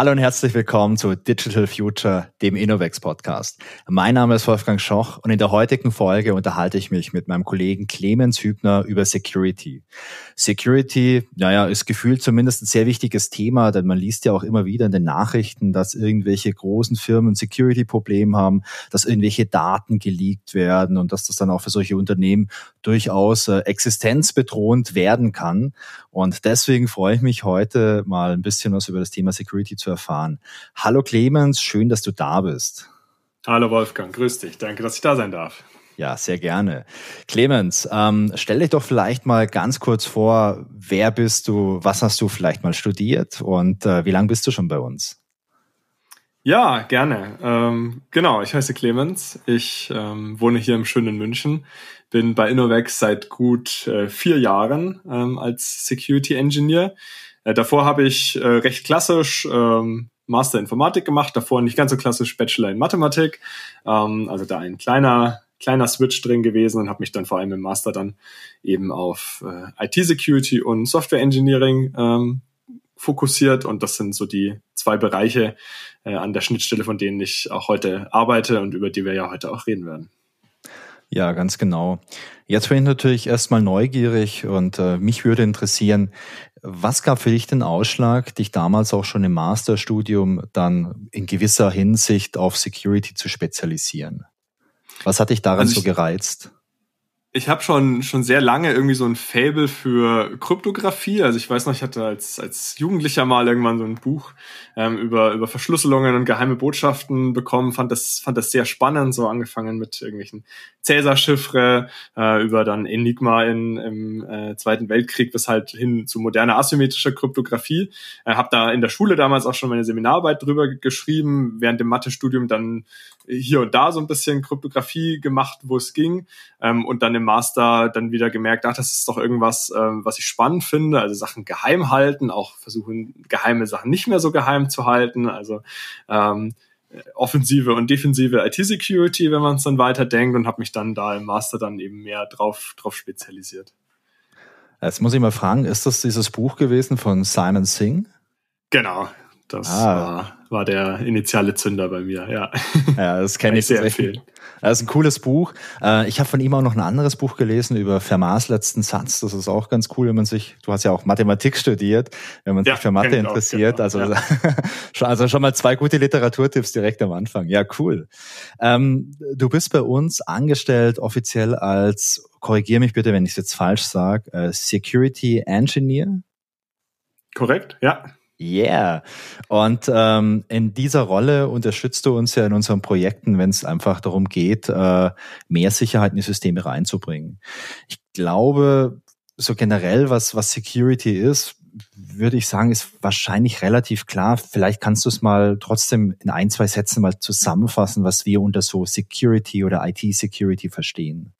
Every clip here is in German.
Hallo und herzlich willkommen zu Digital Future, dem Innovex Podcast. Mein Name ist Wolfgang Schoch und in der heutigen Folge unterhalte ich mich mit meinem Kollegen Clemens Hübner über Security. Security, ist gefühlt zumindest ein sehr wichtiges Thema, denn man liest ja auch immer wieder in den Nachrichten, dass irgendwelche großen Firmen Security-Probleme haben, dass irgendwelche Daten geleakt werden und dass das dann auch für solche Unternehmen durchaus existenzbedrohend werden kann. Und deswegen freue ich mich heute mal ein bisschen was über das Thema Security zu erfahren. Hallo Clemens, schön, dass du da bist. Hallo Wolfgang, grüß dich. Danke, dass ich da sein darf. Ja, sehr gerne. Clemens, stell dich doch vielleicht mal ganz kurz vor, wer bist du, was hast du vielleicht mal studiert und wie lange bist du schon bei uns? Ja, gerne. Ich heiße Clemens. Ich wohne hier im schönen München, bin bei Innovex seit gut 4 Jahren als Security Engineer. Davor habe ich recht klassisch Master Informatik gemacht, davor nicht ganz so klassisch Bachelor in Mathematik. Also da ein kleiner Switch drin gewesen und habe mich dann vor allem im Master dann eben auf IT-Security und Software Engineering fokussiert. Und das sind so die 2 Bereiche an der Schnittstelle, von denen ich auch heute arbeite und über die wir ja heute auch reden werden. Ja, ganz genau. Jetzt bin ich natürlich erstmal neugierig und mich würde interessieren, was gab für dich den Ausschlag, dich damals auch schon im Masterstudium dann in gewisser Hinsicht auf Security zu spezialisieren? Was hat dich daran so gereizt? Ich habe schon sehr lange irgendwie so ein Faible für Kryptographie. Also ich weiß noch, ich hatte als Jugendlicher mal irgendwann so ein Buch über Verschlüsselungen und geheime Botschaften bekommen. Fand das sehr spannend, so angefangen mit irgendwelchen Cäsar-Chiffre, über dann Enigma im Zweiten Weltkrieg bis halt hin zu moderner asymmetrischer Kryptographie. Habe da in der Schule damals auch schon meine Seminararbeit drüber geschrieben, während dem Mathestudium dann hier und da so ein bisschen Kryptographie gemacht, wo es ging, und dann im Master dann wieder gemerkt, das ist doch irgendwas, was ich spannend finde, also Sachen geheim halten, auch versuchen, geheime Sachen nicht mehr so geheim zu halten, also offensive und defensive IT-Security, wenn man es dann weiterdenkt, und habe mich dann da im Master dann eben mehr drauf spezialisiert. Jetzt muss ich mal fragen, ist das dieses Buch gewesen von Simon Singh? Genau. Das war der initiale Zünder bei mir, ja. Ja, das kenne ich sehr empfehlen. Das ist ein cooles Buch. Ich habe von ihm auch noch ein anderes Buch gelesen über Fermats letzten Satz. Das ist auch ganz cool, du hast ja auch Mathematik studiert, wenn man sich für Mathe interessiert. Auch, genau. Also schon mal 2 gute Literaturtipps direkt am Anfang. Ja, cool. Du bist bei uns angestellt offiziell als, korrigier mich bitte, wenn ich es jetzt falsch sage, Security Engineer? Korrekt, ja. Yeah. Und in dieser Rolle unterstützt du uns ja in unseren Projekten, wenn es einfach darum geht, mehr Sicherheit in die Systeme reinzubringen. Ich glaube, so generell, was Security ist, würde ich sagen, ist wahrscheinlich relativ klar. Vielleicht kannst du es mal trotzdem in 1, 2 Sätzen mal zusammenfassen, was wir unter so Security oder IT-Security verstehen.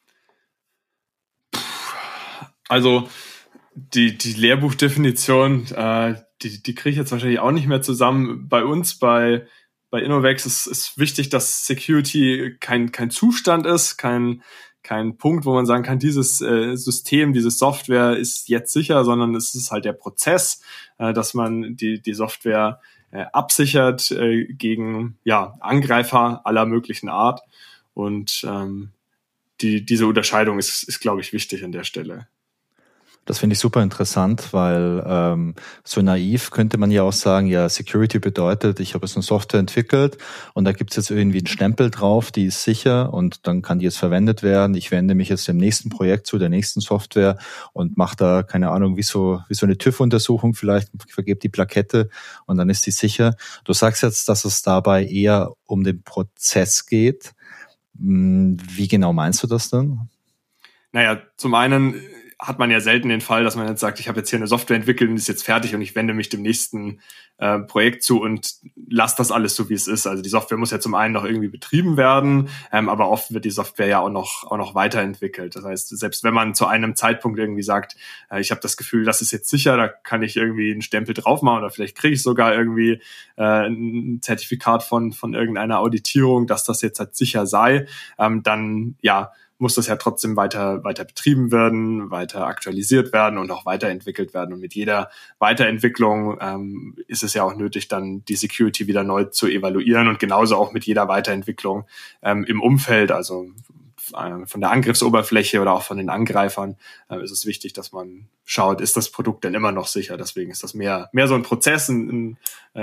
Also die Lehrbuchdefinition, die kriege ich jetzt wahrscheinlich auch nicht mehr zusammen. Bei uns, bei Innovex ist wichtig, dass Security kein Zustand ist, kein Punkt, wo man sagen kann, dieses System, diese Software ist jetzt sicher, sondern es ist halt der Prozess, dass man die Software absichert gegen Angreifer aller möglichen Art. Und diese Unterscheidung ist, glaube ich, wichtig an der Stelle. Das finde ich super interessant, weil so naiv könnte man ja auch sagen, ja, Security bedeutet, ich habe jetzt eine Software entwickelt und da gibt es jetzt irgendwie einen Stempel drauf, die ist sicher und dann kann die jetzt verwendet werden. Ich wende mich jetzt dem nächsten Projekt zu, der nächsten Software und mache da, keine Ahnung, wie so eine TÜV-Untersuchung vielleicht, vergebe die Plakette und dann ist die sicher. Du sagst jetzt, dass es dabei eher um den Prozess geht. Wie genau meinst du das denn? Naja, zum einen hat man ja selten den Fall, dass man jetzt sagt, ich habe jetzt hier eine Software entwickelt und ist jetzt fertig und ich wende mich dem nächsten Projekt zu und lasse das alles so, wie es ist. Also die Software muss ja zum einen noch irgendwie betrieben werden, aber oft wird die Software ja auch noch weiterentwickelt. Das heißt, selbst wenn man zu einem Zeitpunkt irgendwie sagt, ich habe das Gefühl, das ist jetzt sicher, da kann ich irgendwie einen Stempel drauf machen oder vielleicht kriege ich sogar irgendwie ein Zertifikat von irgendeiner Auditierung, dass das jetzt halt sicher sei, dann muss das ja trotzdem weiter betrieben werden, weiter aktualisiert werden und auch weiterentwickelt werden. Und mit jeder Weiterentwicklung ist es ja auch nötig, dann die Security wieder neu zu evaluieren und genauso auch mit jeder Weiterentwicklung im Umfeld, also von der Angriffsoberfläche oder auch von den Angreifern, ist es wichtig, dass man schaut, ist das Produkt denn immer noch sicher? Deswegen ist das mehr so ein Prozess, ein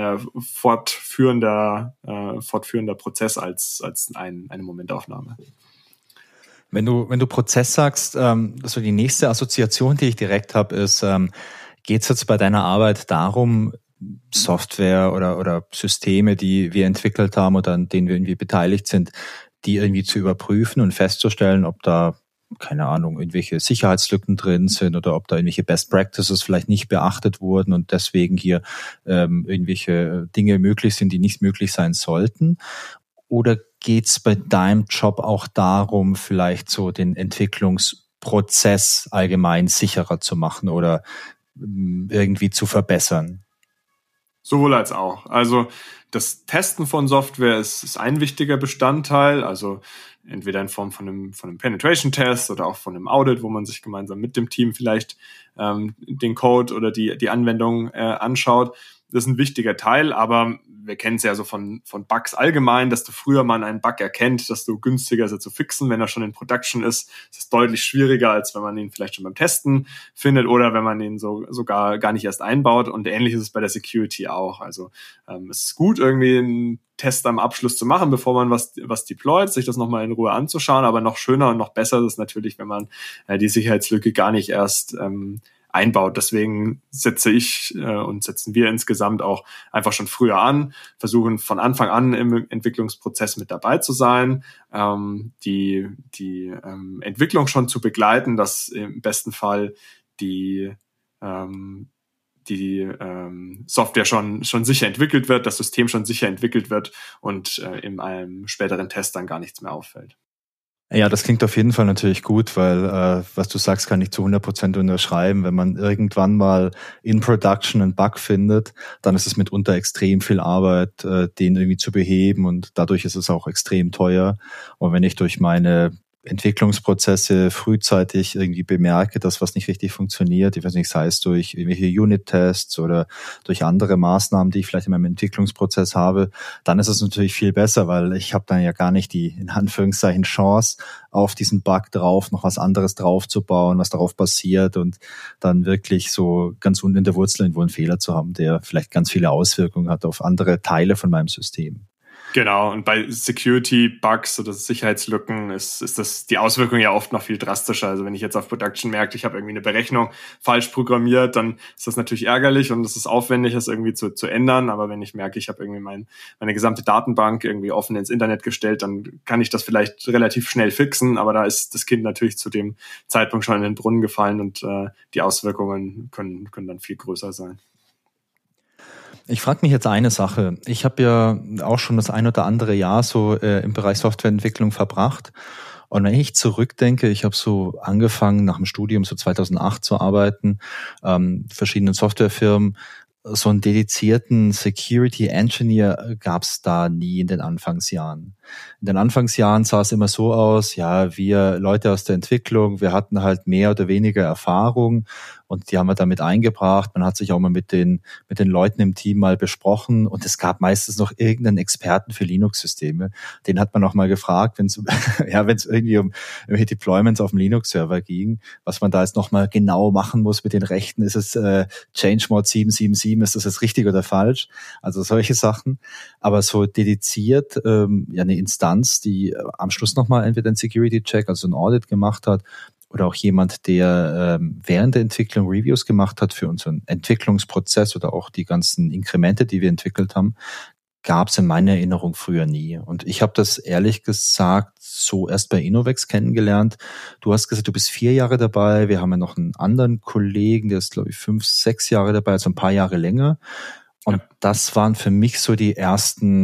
fortführender Prozess als eine Momentaufnahme. Wenn du Prozess sagst, so die nächste Assoziation, die ich direkt habe, ist, geht es jetzt bei deiner Arbeit darum, Software oder Systeme, die wir entwickelt haben oder an denen wir irgendwie beteiligt sind, die irgendwie zu überprüfen und festzustellen, ob da, keine Ahnung, irgendwelche Sicherheitslücken drin sind oder ob da irgendwelche Best Practices vielleicht nicht beachtet wurden und deswegen hier irgendwelche Dinge möglich sind, die nicht möglich sein sollten? Oder geht's bei deinem Job auch darum, vielleicht so den Entwicklungsprozess allgemein sicherer zu machen oder irgendwie zu verbessern? Sowohl als auch. Also das Testen von Software ist ein wichtiger Bestandteil, also entweder in Form von einem Penetration-Test oder auch von einem Audit, wo man sich gemeinsam mit dem Team vielleicht den Code oder die Anwendung anschaut. Das ist ein wichtiger Teil, aber wir kennen es ja so von Bugs allgemein, desto früher man einen Bug erkennt, desto günstiger ist er zu fixen. Wenn er schon in Production ist, ist es deutlich schwieriger, als wenn man ihn vielleicht schon beim Testen findet oder wenn man ihn sogar gar nicht erst einbaut. Und ähnlich ist es bei der Security auch. Also es ist gut, irgendwie einen Test am Abschluss zu machen, bevor man was deployt, sich das nochmal in Ruhe anzuschauen. Aber noch schöner und noch besser ist es natürlich, wenn man die Sicherheitslücke gar nicht erst einbaut. Deswegen setzen wir insgesamt auch einfach schon früher an, versuchen von Anfang an im Entwicklungsprozess mit dabei zu sein, die Entwicklung schon zu begleiten, dass im besten Fall die Software schon sicher entwickelt wird, das System schon sicher entwickelt wird und in einem späteren Test dann gar nichts mehr auffällt. Ja, das klingt auf jeden Fall natürlich gut, weil was du sagst, kann ich zu 100% unterschreiben. Wenn man irgendwann mal in Production einen Bug findet, dann ist es mitunter extrem viel Arbeit, den irgendwie zu beheben und dadurch ist es auch extrem teuer. Und wenn ich durch meine Entwicklungsprozesse frühzeitig irgendwie bemerke, dass was nicht richtig funktioniert, ich weiß nicht, sei es durch irgendwelche Unit-Tests oder durch andere Maßnahmen, die ich vielleicht in meinem Entwicklungsprozess habe, dann ist es natürlich viel besser, weil ich habe dann ja gar nicht die, in Anführungszeichen, Chance, auf diesen Bug drauf noch was anderes draufzubauen, was darauf basiert und dann wirklich so ganz unten in der Wurzel irgendwo einen Fehler zu haben, der vielleicht ganz viele Auswirkungen hat auf andere Teile von meinem System. Genau, und bei Security-Bugs oder Sicherheitslücken ist das die Auswirkung ja oft noch viel drastischer. Also wenn ich jetzt auf Production merke, ich habe irgendwie eine Berechnung falsch programmiert, dann ist das natürlich ärgerlich und es ist aufwendig, das irgendwie zu ändern. Aber wenn ich merke, ich habe irgendwie meine gesamte Datenbank irgendwie offen ins Internet gestellt, dann kann ich das vielleicht relativ schnell fixen. Aber da ist das Kind natürlich zu dem Zeitpunkt schon in den Brunnen gefallen und die Auswirkungen können dann viel größer sein. Ich frage mich jetzt eine Sache. Ich habe ja auch schon das ein oder andere Jahr so im Bereich Softwareentwicklung verbracht. Und wenn ich zurückdenke, ich habe so angefangen nach dem Studium so 2008 zu arbeiten, verschiedenen Softwarefirmen. So einen dedizierten Security Engineer gab es da nie in den Anfangsjahren. In den Anfangsjahren sah es immer so aus, ja, wir Leute aus der Entwicklung, wir hatten halt mehr oder weniger Erfahrung und die haben wir damit eingebracht. Man hat sich auch mal mit den Leuten im Team mal besprochen und es gab meistens noch irgendeinen Experten für Linux-Systeme. Den hat man auch mal gefragt, wenn es irgendwie um irgendwelche Deployments auf dem Linux-Server ging, was man da jetzt nochmal genau machen muss mit den Rechten. Ist es Change Mode 777, ist das jetzt richtig oder falsch? Also solche Sachen. Aber so dediziert eine Instanz, die am Schluss nochmal entweder einen Security-Check, also ein Audit gemacht hat, oder auch jemand, der während der Entwicklung Reviews gemacht hat für unseren Entwicklungsprozess oder auch die ganzen Inkremente, die wir entwickelt haben, gab es in meiner Erinnerung früher nie. Und ich habe das ehrlich gesagt so erst bei Innovex kennengelernt. Du hast gesagt, du bist 4 Jahre dabei. Wir haben ja noch einen anderen Kollegen, der ist, glaube ich, 5, 6 Jahre dabei, also ein paar Jahre länger. Und das waren für mich so die ersten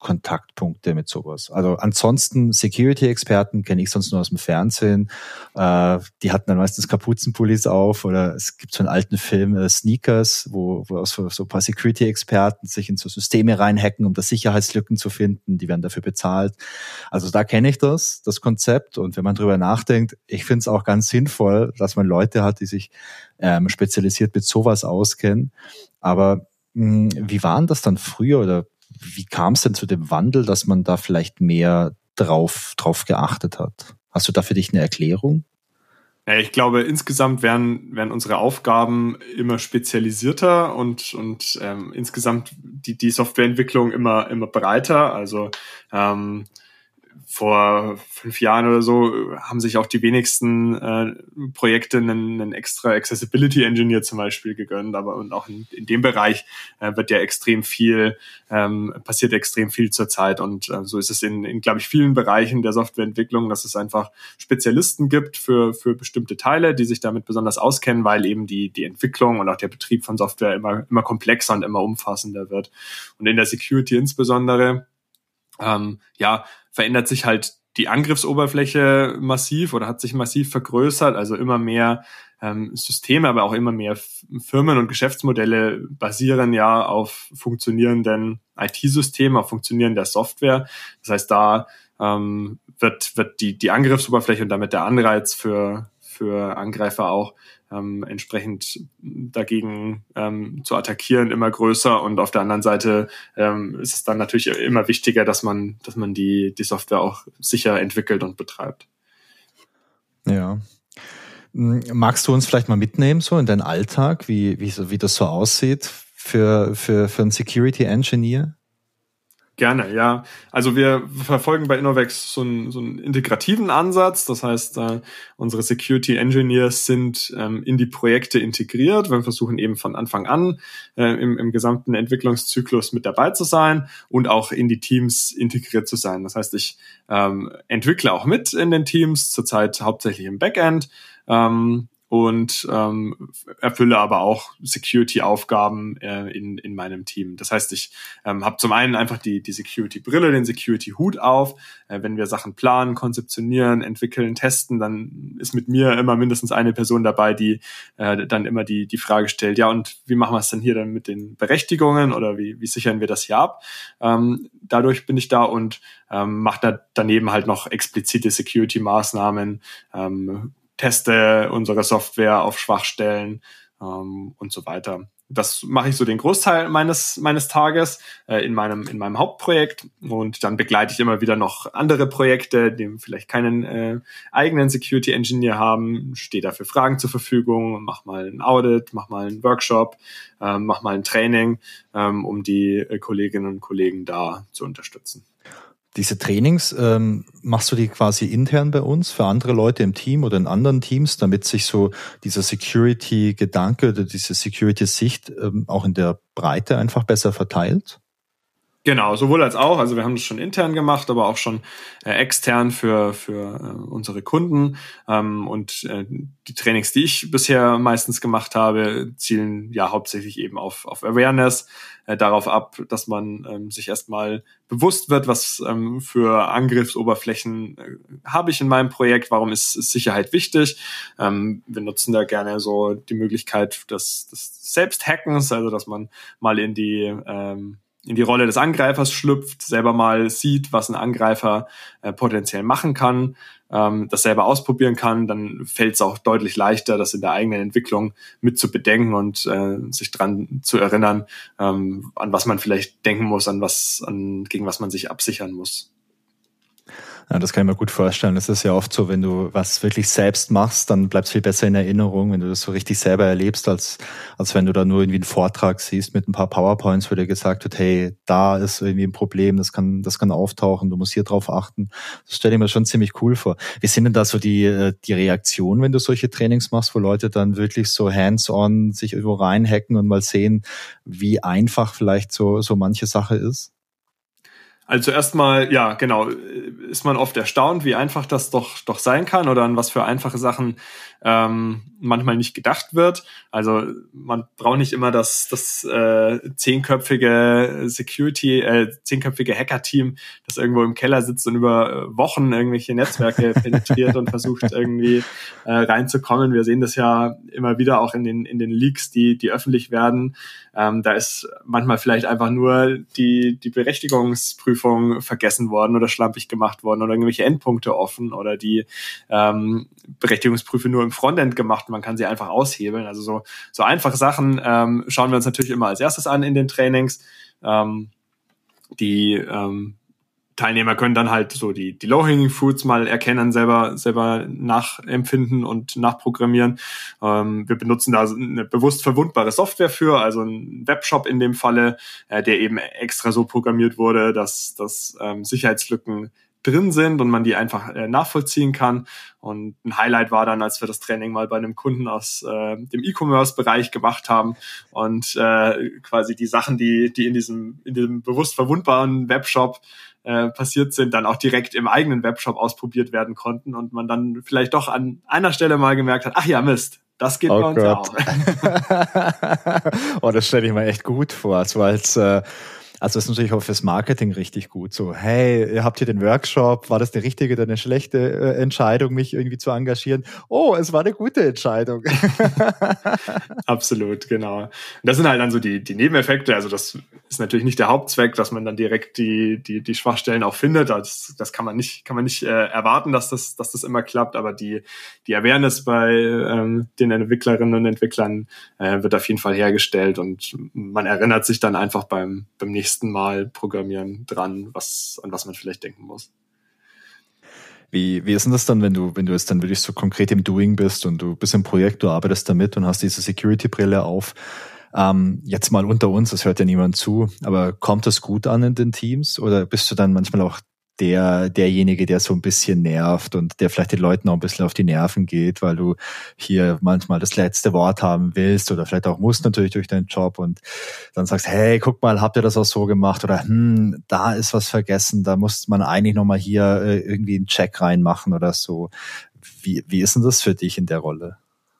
Kontaktpunkte mit sowas? Also ansonsten Security-Experten kenne ich sonst nur aus dem Fernsehen. Die hatten dann meistens Kapuzenpullis auf, oder es gibt so einen alten Film Sneakers, wo auch so ein paar Security-Experten sich in so Systeme reinhacken, um da Sicherheitslücken zu finden. Die werden dafür bezahlt. Also da kenne ich das Konzept. Und wenn man drüber nachdenkt, ich finde es auch ganz sinnvoll, dass man Leute hat, die sich spezialisiert mit sowas auskennen. Aber wie war denn das dann früher, oder wie kam es denn zu dem Wandel, dass man da vielleicht mehr drauf geachtet hat? Hast du da für dich eine Erklärung? Ja, ich glaube, insgesamt werden unsere Aufgaben immer spezialisierter und insgesamt die Softwareentwicklung immer breiter. Also vor 5 Jahren oder so haben sich auch die wenigsten Projekte einen extra Accessibility Engineer zum Beispiel gegönnt, aber und auch in dem Bereich wird ja passiert extrem viel zurzeit, und so ist es in glaube ich, vielen Bereichen der Softwareentwicklung, dass es einfach Spezialisten gibt für bestimmte Teile, die sich damit besonders auskennen, weil eben die Entwicklung und auch der Betrieb von Software immer komplexer und immer umfassender wird. Und in der Security insbesondere verändert sich halt die Angriffsoberfläche massiv oder hat sich massiv vergrößert. Also immer mehr Systeme, aber auch immer mehr Firmen und Geschäftsmodelle basieren ja auf funktionierenden IT-Systemen, auf funktionierender Software. Das heißt, da wird die Angriffsoberfläche und damit der Anreiz für Angreifer auch entsprechend dagegen zu attackieren immer größer, und auf der anderen Seite ist es dann natürlich immer wichtiger, dass man die Software auch sicher entwickelt und betreibt. Ja. Magst du uns vielleicht mal mitnehmen so in deinen Alltag, wie das so aussieht für einen Security Engineer? Gerne, ja. Also wir verfolgen bei Innovex so einen integrativen Ansatz. Das heißt, unsere Security Engineers sind in die Projekte integriert. Wir versuchen eben von Anfang an im gesamten Entwicklungszyklus mit dabei zu sein und auch in die Teams integriert zu sein. Das heißt, ich entwickle auch mit in den Teams, zurzeit hauptsächlich im Backend. Und erfülle aber auch Security-Aufgaben in meinem Team. Das heißt, ich habe zum einen einfach die Security-Brille, den Security-Hut auf. Wenn wir Sachen planen, konzeptionieren, entwickeln, testen, dann ist mit mir immer mindestens eine Person dabei, die dann immer die Frage stellt, ja, und wie machen wir es denn hier dann mit den Berechtigungen, oder wie sichern wir das hier ab? Dadurch bin ich da und mache da daneben halt noch explizite Security-Maßnahmen, teste unsere Software auf Schwachstellen und so weiter. Das mache ich so den Großteil meines Tages in meinem Hauptprojekt, und dann begleite ich immer wieder noch andere Projekte, die vielleicht keinen eigenen Security Engineer haben, stehe dafür Fragen zur Verfügung, mach mal ein Audit, mach mal einen Workshop, mach mal ein Training, um die Kolleginnen und Kollegen da zu unterstützen. Diese Trainings, machst du die quasi intern bei uns für andere Leute im Team oder in anderen Teams, damit sich so dieser Security-Gedanke oder diese Security-Sicht auch in der Breite einfach besser verteilt? Genau, sowohl als auch. Also wir haben das schon intern gemacht, aber auch schon extern für unsere Kunden. Und die Trainings, die ich bisher meistens gemacht habe, zielen ja hauptsächlich eben auf Awareness, darauf ab, dass man sich erstmal bewusst wird, was für Angriffsoberflächen habe ich in meinem Projekt, warum ist Sicherheit wichtig. Wir nutzen da gerne so die Möglichkeit des Selbsthackens, also dass man mal in die Rolle des Angreifers schlüpft, selber mal sieht, was ein Angreifer potenziell machen kann, das selber ausprobieren kann, dann fällt es auch deutlich leichter, das in der eigenen Entwicklung mit zu bedenken und sich dran zu erinnern, an was man vielleicht denken muss, gegen was man sich absichern muss. Ja, das kann ich mir gut vorstellen. Das ist ja oft so, wenn du was wirklich selbst machst, dann bleibst du viel besser in Erinnerung, wenn du das so richtig selber erlebst, als wenn du da nur irgendwie einen Vortrag siehst mit ein paar PowerPoints, wo dir gesagt wird, hey, da ist irgendwie ein Problem, das kann auftauchen, du musst hier drauf achten. Das stelle ich mir schon ziemlich cool vor. Wie sind denn da so die Reaktionen, wenn du solche Trainings machst, wo Leute dann wirklich so hands-on sich irgendwo reinhacken und mal sehen, wie einfach vielleicht so manche Sache ist? Also erstmal, ja, genau, ist man oft erstaunt, wie einfach das doch sein kann oder an was für einfache Sachen manchmal nicht gedacht wird. Also man braucht nicht immer das zehnköpfige zehnköpfige Hacker-Team, das irgendwo im Keller sitzt und über Wochen irgendwelche Netzwerke penetriert und versucht irgendwie reinzukommen. Wir sehen das ja immer wieder auch in den Leaks, die öffentlich werden. Da ist manchmal vielleicht einfach nur die Berechtigungsprüfung vergessen worden oder schlampig gemacht worden oder irgendwelche Endpunkte offen oder die Berechtigungsprüfe nur im Frontend gemacht. Man kann sie einfach aushebeln. Also so einfache Sachen schauen wir uns natürlich immer als erstes an in den Trainings. Die Teilnehmer können dann halt so die Low-Hanging Fruits mal erkennen, selber nachempfinden und nachprogrammieren. Wir benutzen da eine bewusst verwundbare Software für, also einen Webshop in dem Falle, der eben extra so programmiert wurde, dass Sicherheitslücken drin sind und man die einfach nachvollziehen kann. Und ein Highlight war dann, als wir das Training mal bei einem Kunden aus dem E-Commerce-Bereich gemacht haben und quasi die Sachen, die in diesem bewusst verwundbaren Webshop passiert sind, dann auch direkt im eigenen Webshop ausprobiert werden konnten und man dann vielleicht doch an einer Stelle mal gemerkt hat, ach ja, Mist, das geht bei uns ja auch. Oh, das stelle ich mir echt gut vor, also ist natürlich auch fürs Marketing richtig gut. So, hey, ihr habt hier den Workshop, war das eine richtige oder eine schlechte Entscheidung, mich irgendwie zu engagieren? Oh, es war eine gute Entscheidung. Absolut, genau. Und das sind halt dann so die Nebeneffekte. Also das ist natürlich nicht der Hauptzweck, dass man dann direkt die Schwachstellen auch findet. Das kann man nicht erwarten, dass das immer klappt. Aber die Awareness bei den Entwicklerinnen und Entwicklern wird auf jeden Fall hergestellt und man erinnert sich dann einfach beim nächsten Mal Programmieren dran, an was man vielleicht denken muss. Wie ist denn das dann, wenn du jetzt dann wirklich so konkret im Doing bist und du bist im Projekt, du arbeitest damit und hast diese Security-Brille auf? Jetzt mal unter uns, das hört ja niemand zu, aber kommt das gut an in den Teams oder bist du dann manchmal auch derjenige, der so ein bisschen nervt und der vielleicht den Leuten auch ein bisschen auf die Nerven geht, weil du hier manchmal das letzte Wort haben willst oder vielleicht auch musst natürlich durch deinen Job und dann sagst, hey, guck mal, habt ihr das auch so gemacht oder da ist was vergessen, da muss man eigentlich nochmal hier irgendwie einen Check reinmachen oder so. Wie ist denn das für dich in der Rolle?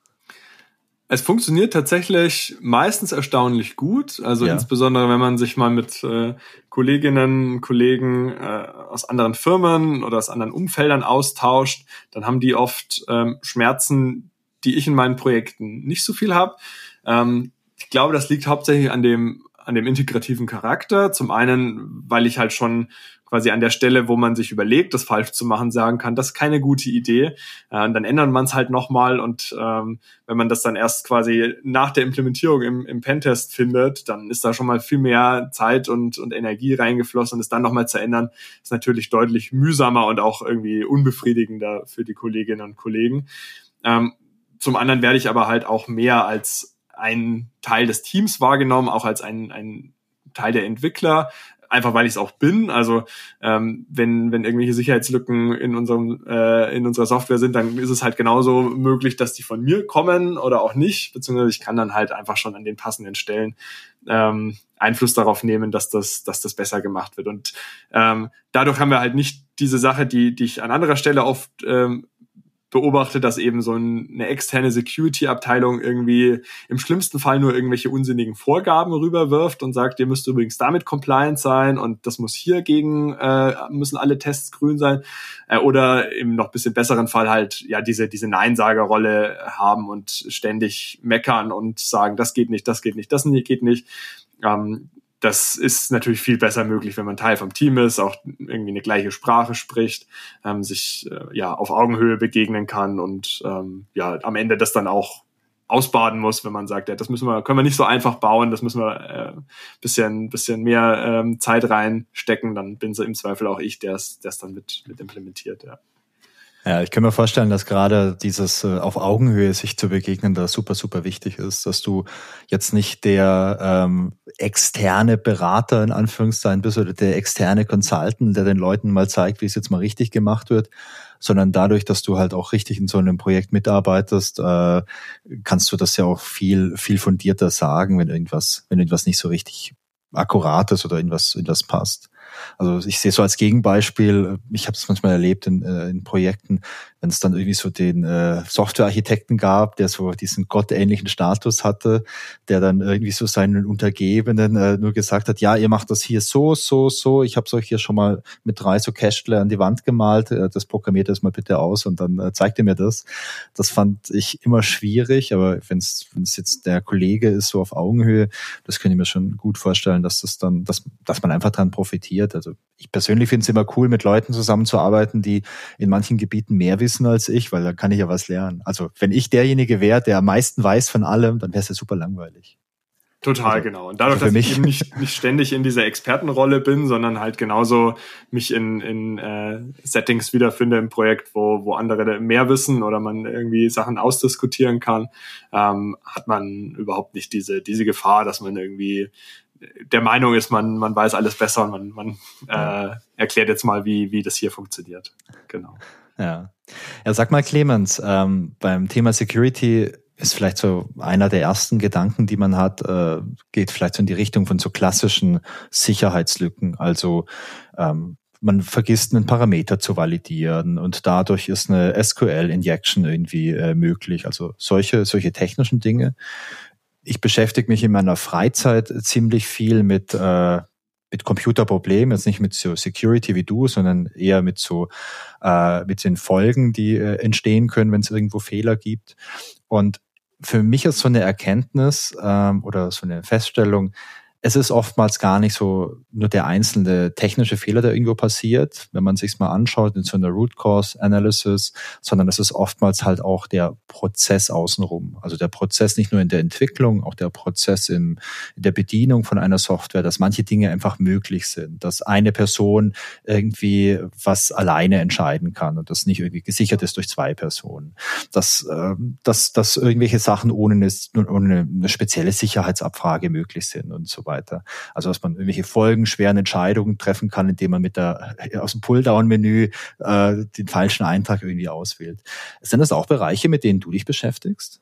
Es funktioniert tatsächlich meistens erstaunlich gut. Also insbesondere, wenn man sich mal mit Kolleginnen und Kollegen aus anderen Firmen oder aus anderen Umfeldern austauscht, dann haben die oft Schmerzen, die ich in meinen Projekten nicht so viel habe. Ich glaube, das liegt hauptsächlich an dem integrativen Charakter. Zum einen, weil ich halt schon quasi an der Stelle, wo man sich überlegt, das falsch zu machen, sagen kann, das ist keine gute Idee. Und dann ändert man es halt nochmal und wenn man das dann erst quasi nach der Implementierung im Pentest findet, dann ist da schon mal viel mehr Zeit und Energie reingeflossen und es dann nochmal zu ändern, ist natürlich deutlich mühsamer und auch irgendwie unbefriedigender für die Kolleginnen und Kollegen. Zum anderen werde ich aber halt auch mehr als ein Teil des Teams wahrgenommen, auch als ein Teil der Entwickler, einfach weil ich es auch bin. Also wenn irgendwelche Sicherheitslücken in unserer Software sind, dann ist es halt genauso möglich, dass die von mir kommen oder auch nicht, beziehungsweise ich kann dann halt einfach schon an den passenden Stellen Einfluss darauf nehmen, dass das besser gemacht wird. Und dadurch haben wir halt nicht diese Sache, die ich an anderer Stelle oft beobachte, dass eben so eine externe Security-Abteilung irgendwie im schlimmsten Fall nur irgendwelche unsinnigen Vorgaben rüberwirft und sagt, ihr müsst übrigens damit compliant sein und das muss müssen alle Tests grün sein. Oder im noch bisschen besseren Fall halt ja diese Neinsagerrolle haben und ständig meckern und sagen, das geht nicht, das geht nicht, das geht nicht. Das ist natürlich viel besser möglich, wenn man Teil vom Team ist, auch irgendwie eine gleiche Sprache spricht, sich auf Augenhöhe begegnen kann und am Ende das dann auch ausbaden muss, wenn man sagt, ja, das können wir nicht so einfach bauen, das müssen wir bisschen mehr Zeit reinstecken, dann bin so im Zweifel auch ich, der es dann mit implementiert, ja. Ja, ich kann mir vorstellen, dass gerade dieses auf Augenhöhe sich zu begegnen da super, super wichtig ist, dass du jetzt nicht der externe Berater in Anführungszeichen bist oder der externe Consultant, der den Leuten mal zeigt, wie es jetzt mal richtig gemacht wird, sondern dadurch, dass du halt auch richtig in so einem Projekt mitarbeitest, kannst du das ja auch viel, viel fundierter sagen, wenn irgendwas nicht so richtig akkurat ist oder irgendwas passt. Also ich sehe so als Gegenbeispiel, ich habe es manchmal erlebt in Projekten, wenn es dann irgendwie so den Softwarearchitekten gab, der so diesen gottähnlichen Status hatte, der dann irgendwie so seinen Untergebenen nur gesagt hat, ja, ihr macht das hier so, ich habe es euch hier schon mal mit 3 so Kästle an die Wand gemalt, das programmiert das mal bitte aus und dann zeigt ihr mir das. Das fand ich immer schwierig, aber wenn es jetzt der Kollege ist, so auf Augenhöhe, das könnte ich mir schon gut vorstellen, dass das dann, dass man einfach dran profitiert. Also ich persönlich finde es immer cool, mit Leuten zusammenzuarbeiten, die in manchen Gebieten mehr wissen als ich, weil da kann ich ja was lernen. Also wenn ich derjenige wäre, der am meisten weiß von allem, dann wäre es ja super langweilig. Total, also, genau. Und dadurch, dass ich eben nicht ständig in dieser Expertenrolle bin, sondern halt genauso mich in Settings wiederfinde im Projekt, wo andere mehr wissen oder man irgendwie Sachen ausdiskutieren kann, hat man überhaupt nicht diese Gefahr, dass man irgendwie der Meinung ist, man weiß alles besser und man erklärt jetzt mal, wie das hier funktioniert. Genau. Ja, sag mal, Clemens, beim Thema Security ist vielleicht so einer der ersten Gedanken, die man hat, geht vielleicht so in die Richtung von so klassischen Sicherheitslücken. Also man vergisst einen Parameter zu validieren und dadurch ist eine SQL-Injection irgendwie möglich. Also solche technischen Dinge. Ich beschäftige mich in meiner Freizeit ziemlich viel mit Computerproblemen, jetzt nicht mit so Security wie du, sondern eher mit den Folgen, die entstehen können, wenn es irgendwo Fehler gibt. Und für mich ist so eine Erkenntnis oder so eine Feststellung, es ist oftmals gar nicht so nur der einzelne technische Fehler, der irgendwo passiert, wenn man sich's mal anschaut in so einer Root Cause Analysis, sondern es ist oftmals halt auch der Prozess außenrum. Also der Prozess nicht nur in der Entwicklung, auch der Prozess in der Bedienung von einer Software, dass manche Dinge einfach möglich sind, dass eine Person irgendwie was alleine entscheiden kann und das nicht irgendwie gesichert ist durch 2 Personen. Dass irgendwelche Sachen ohne eine spezielle Sicherheitsabfrage möglich sind und so weiter. Also dass man irgendwelche folgenschweren Entscheidungen treffen kann, indem man aus dem Pulldown-Menü den falschen Eintrag irgendwie auswählt. Sind das auch Bereiche, mit denen du dich beschäftigst?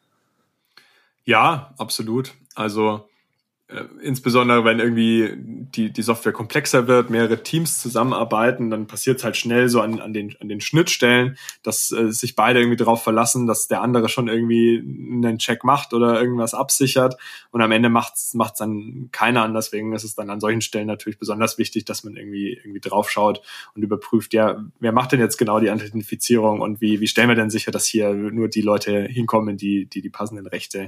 Ja, absolut. Also insbesondere wenn irgendwie die Software komplexer wird, mehrere Teams zusammenarbeiten, dann passiert es halt schnell so an den Schnittstellen, dass sich beide irgendwie darauf verlassen, dass der andere schon irgendwie einen Check macht oder irgendwas absichert und am Ende macht's dann keiner an. Deswegen ist es dann an solchen Stellen natürlich besonders wichtig, dass man irgendwie drauf schaut und überprüft, ja, wer macht denn jetzt genau die Authentifizierung und wie stellen wir denn sicher, dass hier nur die Leute hinkommen, die passenden Rechte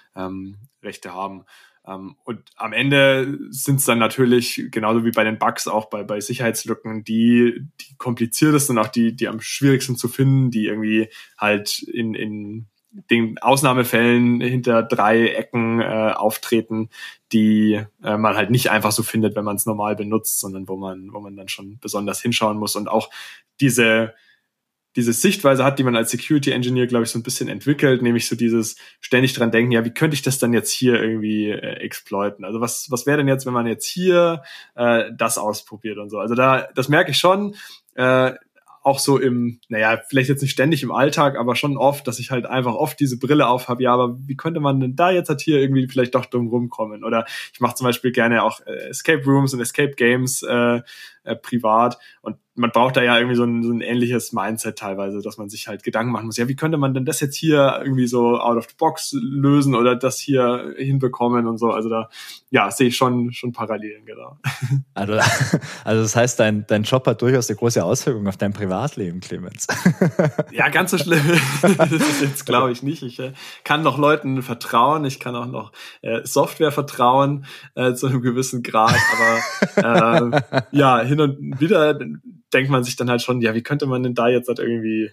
haben. Und am Ende sind es dann natürlich, genauso wie bei den Bugs, auch bei Sicherheitslücken, die kompliziertesten und auch die am schwierigsten zu finden, die irgendwie halt in den Ausnahmefällen hinter 3 Ecken auftreten, die man halt nicht einfach so findet, wenn man es normal benutzt, sondern wo man dann schon besonders hinschauen muss und auch diese Sichtweise hat, die man als Security Engineer, glaube ich, so ein bisschen entwickelt, nämlich so dieses ständig dran denken, ja, wie könnte ich das dann jetzt hier irgendwie exploiten? Also was wäre denn jetzt, wenn man jetzt hier das ausprobiert und so? Also das merke ich schon, auch so vielleicht jetzt nicht ständig im Alltag, aber schon oft, dass ich halt einfach oft diese Brille auf habe, ja, aber wie könnte man denn da jetzt halt hier irgendwie vielleicht doch dumm rumkommen? Oder ich mache zum Beispiel gerne auch Escape Rooms und Escape Games privat und man braucht da ja irgendwie so ein ähnliches Mindset teilweise, dass man sich halt Gedanken machen muss, ja, wie könnte man denn das jetzt hier irgendwie so out of the box lösen oder das hier hinbekommen und so. Also da, ja, sehe ich schon Parallelen, genau. Also das heißt, dein Job hat durchaus eine große Auswirkung auf dein Privatleben, Clemens. Ja, ganz so schlimm das ist jetzt, glaube ich, nicht. Ich kann noch Leuten vertrauen, ich kann auch noch Software vertrauen zu einem gewissen Grad, aber ja, hin und wieder denkt man sich dann halt schon, ja, wie könnte man denn da jetzt halt irgendwie,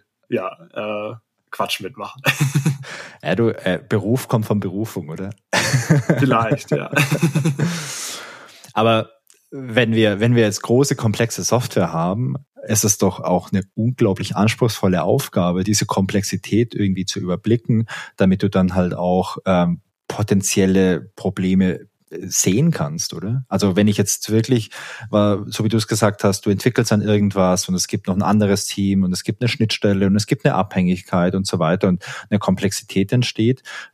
Quatsch mitmachen? Ja, Beruf kommt von Berufung, oder? Vielleicht, ja. Aber wenn wir jetzt große, komplexe Software haben, ist es doch auch eine unglaublich anspruchsvolle Aufgabe, diese Komplexität irgendwie zu überblicken, damit du dann halt auch potenzielle Probleme sehen kannst, oder? Also wenn ich jetzt wirklich, so wie du es gesagt hast, du entwickelst an irgendwas und es gibt noch ein anderes Team und es gibt eine Schnittstelle und es gibt eine Abhängigkeit und so weiter und eine Komplexität entsteht,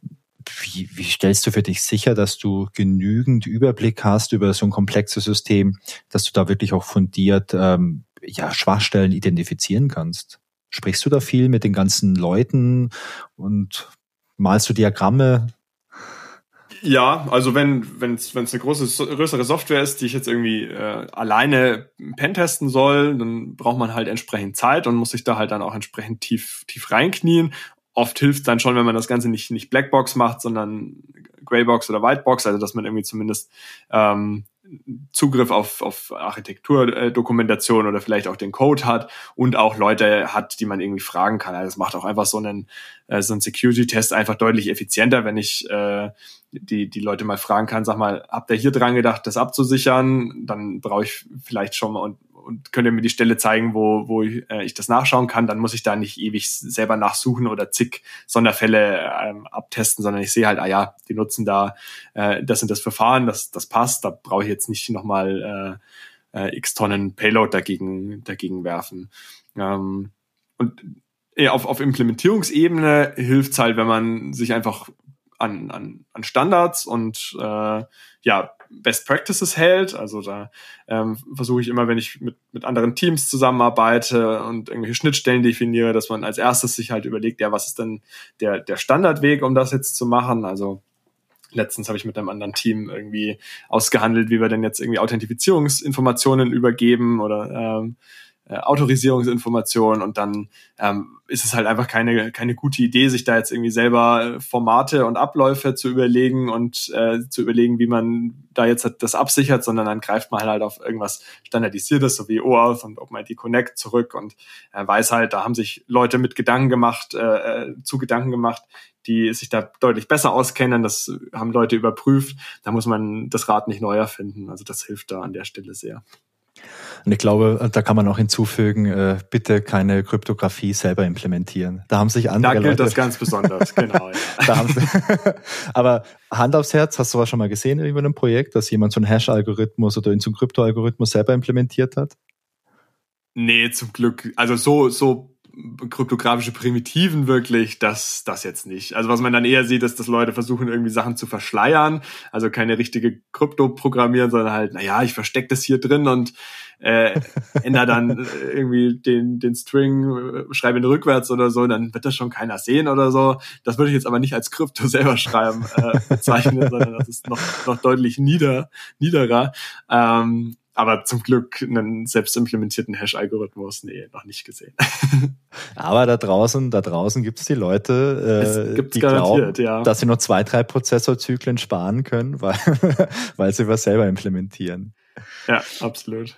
wie stellst du für dich sicher, dass du genügend Überblick hast über so ein komplexes System, dass du da wirklich auch fundiert Schwachstellen identifizieren kannst? Sprichst du da viel mit den ganzen Leuten und malst du Diagramme? Ja, also wenn es eine größere Software ist, die ich jetzt irgendwie alleine pentesten soll, dann braucht man halt entsprechend Zeit und muss sich da halt dann auch entsprechend tief reinknien. Oft hilft dann schon, wenn man das Ganze nicht Blackbox macht, sondern Greybox oder Whitebox, also dass man irgendwie zumindest Zugriff auf Architekturdokumentation oder vielleicht auch den Code hat und auch Leute hat, die man irgendwie fragen kann. Also das macht auch einfach so einen Security-Test einfach deutlich effizienter, wenn ich die Leute mal fragen kann, sag mal, habt ihr hier dran gedacht, das abzusichern? Dann brauche ich vielleicht schon mal und könnt ihr mir die Stelle zeigen, wo ich das nachschauen kann, dann muss ich da nicht ewig selber nachsuchen oder zig Sonderfälle abtesten, sondern ich sehe halt, die nutzen da das und das Verfahren, das passt, da brauche ich jetzt nicht nochmal x Tonnen Payload dagegen werfen. Und auf Implementierungsebene hilft's halt, wenn man sich einfach an Standards und Best Practices hält. Also da versuche ich immer, wenn ich mit anderen Teams zusammenarbeite und irgendwelche Schnittstellen definiere, dass man als erstes sich halt überlegt, was ist denn der Standardweg, um das jetzt zu machen. Also letztens habe ich mit einem anderen Team irgendwie ausgehandelt, wie wir denn jetzt irgendwie Authentifizierungsinformationen übergeben oder Autorisierungsinformationen und dann ist es halt einfach keine gute Idee, sich da jetzt irgendwie selber Formate und Abläufe zu überlegen und zu überlegen, wie man da jetzt das absichert, sondern dann greift man halt auf irgendwas Standardisiertes, so wie OAuth und OpenID Connect zurück und weiß halt, da haben sich Leute mit Gedanken gemacht, die sich da deutlich besser auskennen, das haben Leute überprüft, da muss man das Rad nicht neu erfinden, also das hilft da an der Stelle sehr. Und ich glaube, da kann man auch hinzufügen, bitte keine Kryptographie selber implementieren. Da haben sich andere Leute... Da gilt das ganz besonders, genau. Ja. Aber Hand aufs Herz, hast du was schon mal gesehen in einem Projekt, dass jemand so einen Hash-Algorithmus oder so einen Krypto-Algorithmus selber implementiert hat? Nee, zum Glück. Also so kryptografische Primitiven wirklich, das jetzt nicht. Also was man dann eher sieht, ist, dass Leute versuchen, irgendwie Sachen zu verschleiern, also keine richtige Krypto programmieren, sondern halt, ich verstecke das hier drin und ändere dann irgendwie den String, schreibe ihn rückwärts oder so, dann wird das schon keiner sehen oder so. Das würde ich jetzt aber nicht als Krypto selber schreiben bezeichnen, sondern das ist noch deutlich niederer. Aber zum Glück einen selbst implementierten Hash-Algorithmus, noch nicht gesehen. Aber da draußen gibt es die Leute, die glauben, dass sie nur 2-3 Prozessorzyklen sparen können, weil sie was selber implementieren. Ja, absolut.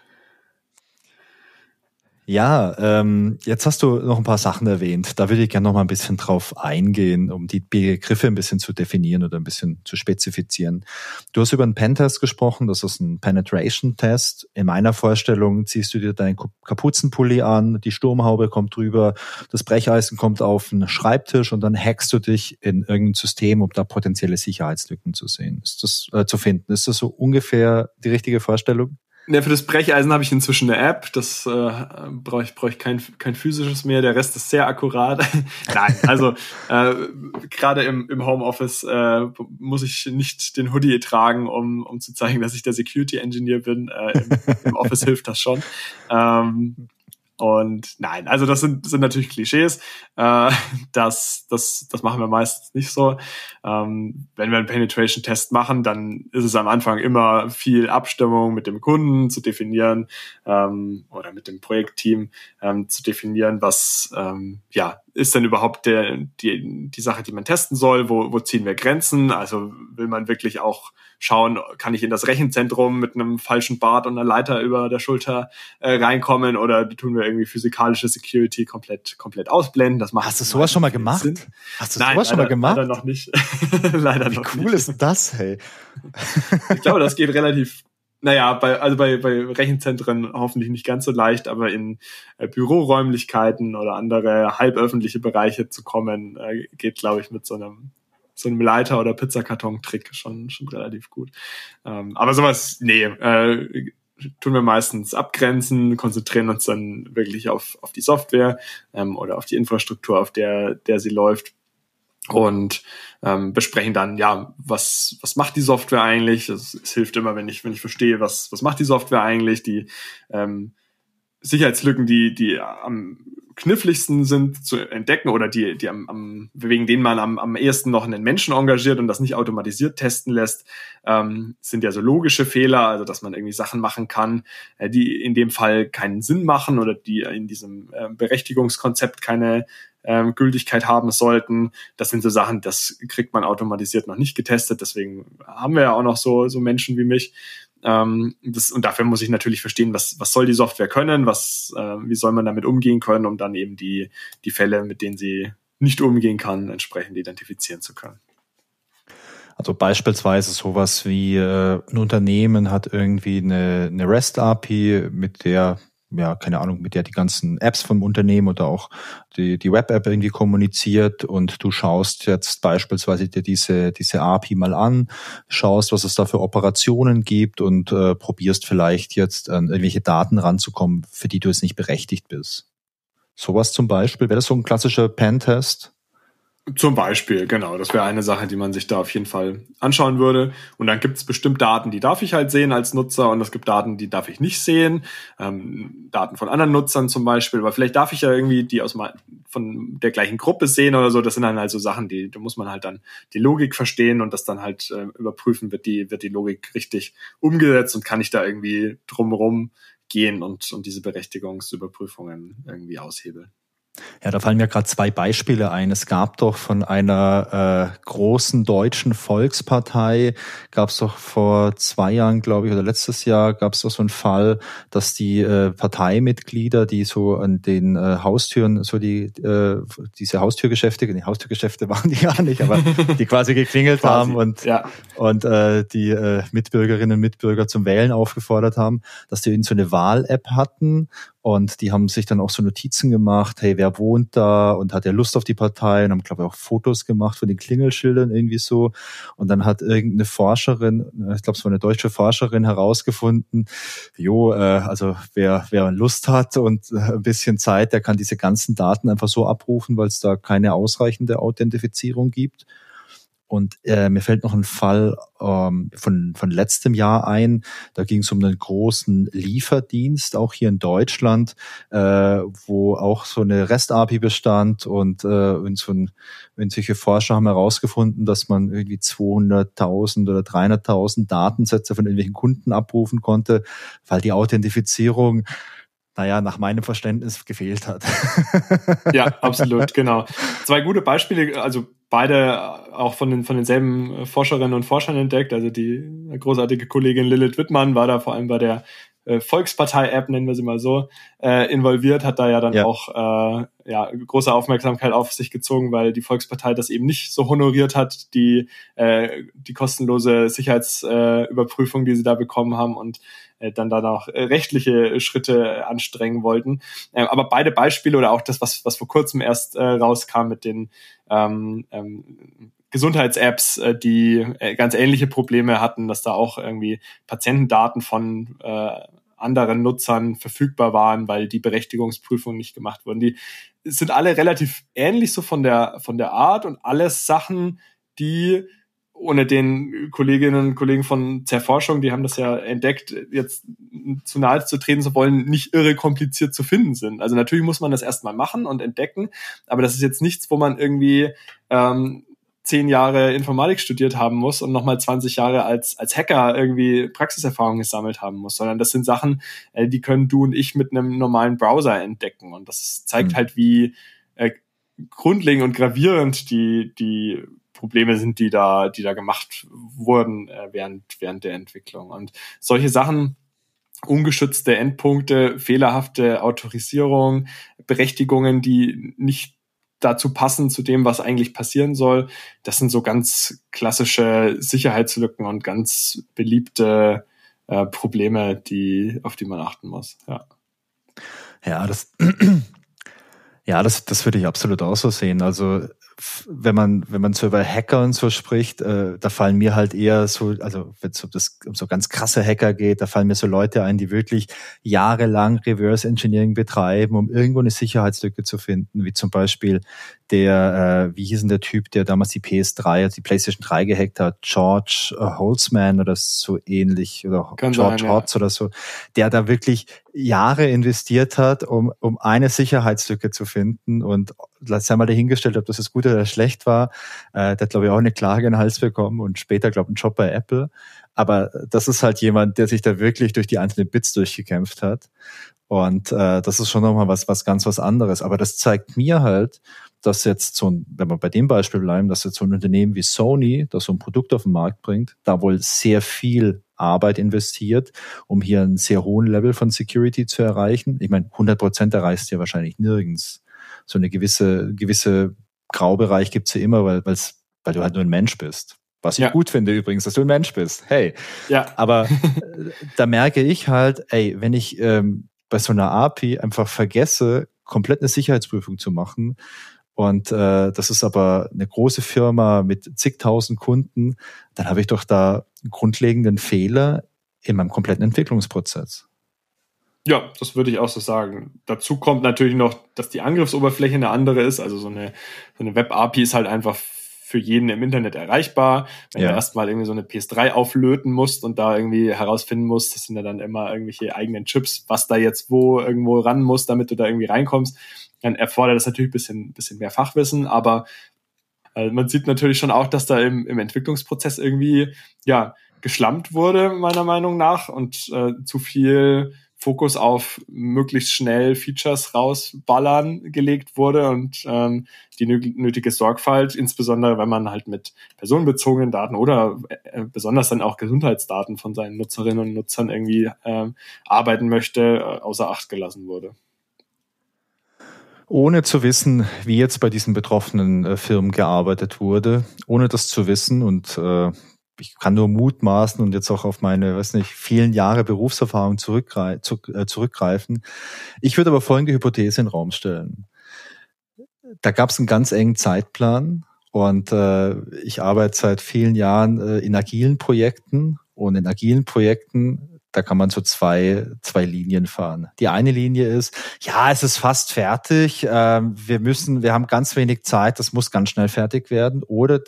Ja, jetzt hast du noch ein paar Sachen erwähnt. Da würde ich gerne noch mal ein bisschen drauf eingehen, um die Begriffe ein bisschen zu definieren oder ein bisschen zu spezifizieren. Du hast über einen Pentest gesprochen, das ist ein Penetration-Test. In meiner Vorstellung ziehst du dir deinen Kapuzenpulli an, die Sturmhaube kommt drüber, das Brecheisen kommt auf den Schreibtisch und dann hackst du dich in irgendein System, um da potenzielle Sicherheitslücken zu sehen. Ist das zu finden? Ist das so ungefähr die richtige Vorstellung? Ja, für das Brecheisen habe ich inzwischen eine App, das brauche ich kein physisches mehr, der Rest ist sehr akkurat. Nein, also gerade im Homeoffice muss ich nicht den Hoodie tragen, um zu zeigen, dass ich der Security Engineer bin. Im Office hilft das schon. Und nein, also das sind natürlich Klischees. Das machen wir meistens nicht so. Wenn wir einen Penetration-Test machen, dann ist es am Anfang immer viel Abstimmung mit dem Kunden zu definieren oder mit dem Projektteam zu definieren, was ist denn überhaupt die Sache, die man testen soll, wo ziehen wir Grenzen? Also will man wirklich auch schauen, kann ich in das Rechenzentrum mit einem falschen Bart und einer Leiter über der Schulter reinkommen oder tun wir irgendwie physikalische Security komplett ausblenden? Das macht Hast du sowas schon mal gemacht? Sinn. Hast du sowas schon mal gemacht? Leider noch nicht. Leider noch nicht. Wie cool ist das, hey? Ich glaube, das geht relativ bei Rechenzentren hoffentlich nicht ganz so leicht, aber in Büroräumlichkeiten oder andere halböffentliche Bereiche zu kommen, geht, glaube ich, mit so einem Leiter- oder Pizzakarton-Trick schon relativ gut. Aber sowas, tun wir meistens abgrenzen, konzentrieren uns dann wirklich auf die Software oder auf die Infrastruktur, auf der sie läuft. und besprechen dann, ja, was macht die Software eigentlich? Es hilft immer, wenn ich verstehe, was macht die Software eigentlich, die Sicherheitslücken, die am kniffligsten sind zu entdecken oder die wegen denen man am ehesten noch einen Menschen engagiert und das nicht automatisiert testen lässt, sind ja so logische Fehler, also dass man irgendwie Sachen machen kann, die in dem Fall keinen Sinn machen oder die in diesem Berechtigungskonzept keine Gültigkeit haben sollten. Das sind so Sachen, das kriegt man automatisiert noch nicht getestet, deswegen haben wir ja auch noch so Menschen wie mich. Und dafür muss ich natürlich verstehen, was soll die Software können, wie soll man damit umgehen können, um dann eben die Fälle, mit denen sie nicht umgehen kann, entsprechend identifizieren zu können. Also beispielsweise sowas wie ein Unternehmen hat irgendwie eine REST-API, mit der die ganzen Apps vom Unternehmen oder auch die Web-App irgendwie kommuniziert, und du schaust jetzt beispielsweise dir diese API mal an, schaust, was es da für Operationen gibt und probierst vielleicht jetzt an irgendwelche Daten ranzukommen, für die du jetzt nicht berechtigt bist. Sowas zum Beispiel, wäre das so ein klassischer Pentest? Zum Beispiel, genau. Das wäre eine Sache, die man sich da auf jeden Fall anschauen würde. Und dann gibt es bestimmt Daten, die darf ich halt sehen als Nutzer, und es gibt Daten, die darf ich nicht sehen. Daten von anderen Nutzern zum Beispiel. Aber vielleicht darf ich ja irgendwie die von der gleichen Gruppe sehen oder so. Das sind dann halt so Sachen, da muss man halt dann die Logik verstehen und das dann halt überprüfen, wird die Logik richtig umgesetzt und kann ich da irgendwie drumherum gehen und diese Berechtigungsüberprüfungen irgendwie aushebeln. Ja, da fallen mir gerade zwei Beispiele ein. Es gab doch von einer großen deutschen Volkspartei, gab es doch vor 2 Jahren, glaube ich, oder letztes Jahr, gab es doch so einen Fall, dass die Parteimitglieder, die so an den Haustüren, so diese Haustürgeschäfte waren die gar nicht, aber die quasi geklingelt haben und die Mitbürgerinnen und Mitbürger zum Wählen aufgefordert haben, dass die so eine Wahl-App hatten. Und die haben sich dann auch so Notizen gemacht, hey, wer wohnt da und hat ja Lust auf die Partei, und haben, glaube ich, auch Fotos gemacht von den Klingelschildern irgendwie so. Und dann hat irgendeine Forscherin, ich glaube, es war eine deutsche Forscherin, herausgefunden, also wer Lust hat und ein bisschen Zeit, der kann diese ganzen Daten einfach so abrufen, weil es da keine ausreichende Authentifizierung gibt. Und mir fällt noch ein Fall von letztem Jahr ein. Da ging es um einen großen Lieferdienst, auch hier in Deutschland, wo auch so eine REST-API bestand, und solche Forscher haben herausgefunden, dass man irgendwie 200.000 oder 300.000 Datensätze von irgendwelchen Kunden abrufen konnte, weil die Authentifizierung nach meinem Verständnis gefehlt hat. Ja, absolut, genau. 2 gute Beispiele, also beide auch von denselben Forscherinnen und Forschern entdeckt. Also die großartige Kollegin Lilith Wittmann war da vor allem bei der Volkspartei-App, nennen wir sie mal so, involviert, hat da ja dann auch große Aufmerksamkeit auf sich gezogen, weil die Volkspartei das eben nicht so honoriert hat, die kostenlose Sicherheitsüberprüfung, die sie da bekommen haben, und dann auch rechtliche Schritte anstrengen wollten. Aber beide Beispiele, oder auch das, was vor kurzem erst rauskam mit den Gesundheits-Apps, die ganz ähnliche Probleme hatten, dass da auch irgendwie Patientendaten von anderen Nutzern verfügbar waren, weil die Berechtigungsprüfungen nicht gemacht wurden. Die sind alle relativ ähnlich so von der Art, und alles Sachen, die ohne den Kolleginnen und Kollegen von Zerforschung, die haben das ja entdeckt, jetzt zu nahe zu treten zu wollen, nicht irre kompliziert zu finden sind. Also natürlich muss man das erstmal machen und entdecken, aber das ist jetzt nichts, wo man irgendwie 10 Jahre Informatik studiert haben muss und nochmal 20 Jahre als Hacker irgendwie Praxiserfahrung gesammelt haben muss, sondern das sind Sachen, die können du und ich mit einem normalen Browser entdecken, und das zeigt halt, wie grundlegend und gravierend die Probleme sind, die da gemacht wurden während der Entwicklung. Und solche Sachen, ungeschützte Endpunkte, fehlerhafte Autorisierung, Berechtigungen, die nicht dazu passen zu dem, was eigentlich passieren soll, das sind so ganz klassische Sicherheitslücken und ganz beliebte Probleme, auf die man achten muss. Das würde ich absolut auch so sehen. Also wenn man so über Hacker und so spricht, da fallen mir halt eher so, also wenn es um so ganz krasse Hacker geht, da fallen mir so Leute ein, die wirklich jahrelang Reverse Engineering betreiben, um irgendwo eine Sicherheitslücke zu finden, wie zum Beispiel wie hieß denn der Typ, der damals die PS3, also die PlayStation 3 gehackt hat, George Holtzman oder so ähnlich, oder Kann George sein, Hotz oder so, der da wirklich Jahre investiert hat, um eine Sicherheitslücke zu finden, und sei mal dahingestellt, ob das jetzt gut oder schlecht war. Der hat, glaube ich, auch eine Klage in den Hals bekommen und später, glaube ich, einen Job bei Apple. Aber das ist halt jemand, der sich da wirklich durch die einzelnen Bits durchgekämpft hat. Und das ist schon nochmal was ganz was anderes. Aber das zeigt mir halt, dass jetzt wenn wir bei dem Beispiel bleiben, dass jetzt so ein Unternehmen wie Sony, das so ein Produkt auf den Markt bringt, da wohl sehr viel Arbeit investiert, um hier einen sehr hohen Level von Security zu erreichen. Ich meine, 100% erreichst du ja wahrscheinlich nirgends. So eine gewisse Graubereich gibt's ja immer, weil du halt nur ein Mensch bist. Was ich gut finde übrigens, dass du ein Mensch bist. Hey. Ja. Aber da merke ich halt, wenn ich bei so einer API einfach vergesse, komplett eine Sicherheitsprüfung zu machen, und das ist aber eine große Firma mit zigtausend Kunden, dann habe ich doch da einen grundlegenden Fehler in meinem kompletten Entwicklungsprozess. Ja, das würde ich auch so sagen. Dazu kommt natürlich noch, dass die Angriffsoberfläche eine andere ist. Also so eine Web-API ist halt einfach für jeden im Internet erreichbar. Wenn du erstmal irgendwie so eine PS3 auflöten musst und da irgendwie herausfinden musst, das sind ja dann immer irgendwelche eigenen Chips, was da jetzt wo irgendwo ran muss, damit du da irgendwie reinkommst, dann erfordert das natürlich ein bisschen mehr Fachwissen, aber man sieht natürlich schon auch, dass da im Entwicklungsprozess irgendwie geschlampt wurde, meiner Meinung nach, und zu viel Fokus auf möglichst schnell Features rausballern gelegt wurde und die nötige Sorgfalt, insbesondere wenn man halt mit personenbezogenen Daten oder besonders dann auch Gesundheitsdaten von seinen Nutzerinnen und Nutzern irgendwie arbeiten möchte, außer Acht gelassen wurde. Ohne zu wissen, wie jetzt bei diesen betroffenen Firmen gearbeitet wurde, ohne das zu wissen, und ich kann nur mutmaßen und jetzt auch auf meine, vielen Jahre Berufserfahrung zurückgreifen. Ich würde aber folgende Hypothese in den Raum stellen. Da gab es einen ganz engen Zeitplan, und ich arbeite seit vielen Jahren in agilen Projekten, und in agilen Projekten, da kann man so zwei Linien fahren. Die eine Linie ist, es ist fast fertig, wir haben ganz wenig Zeit, das muss ganz schnell fertig werden, oder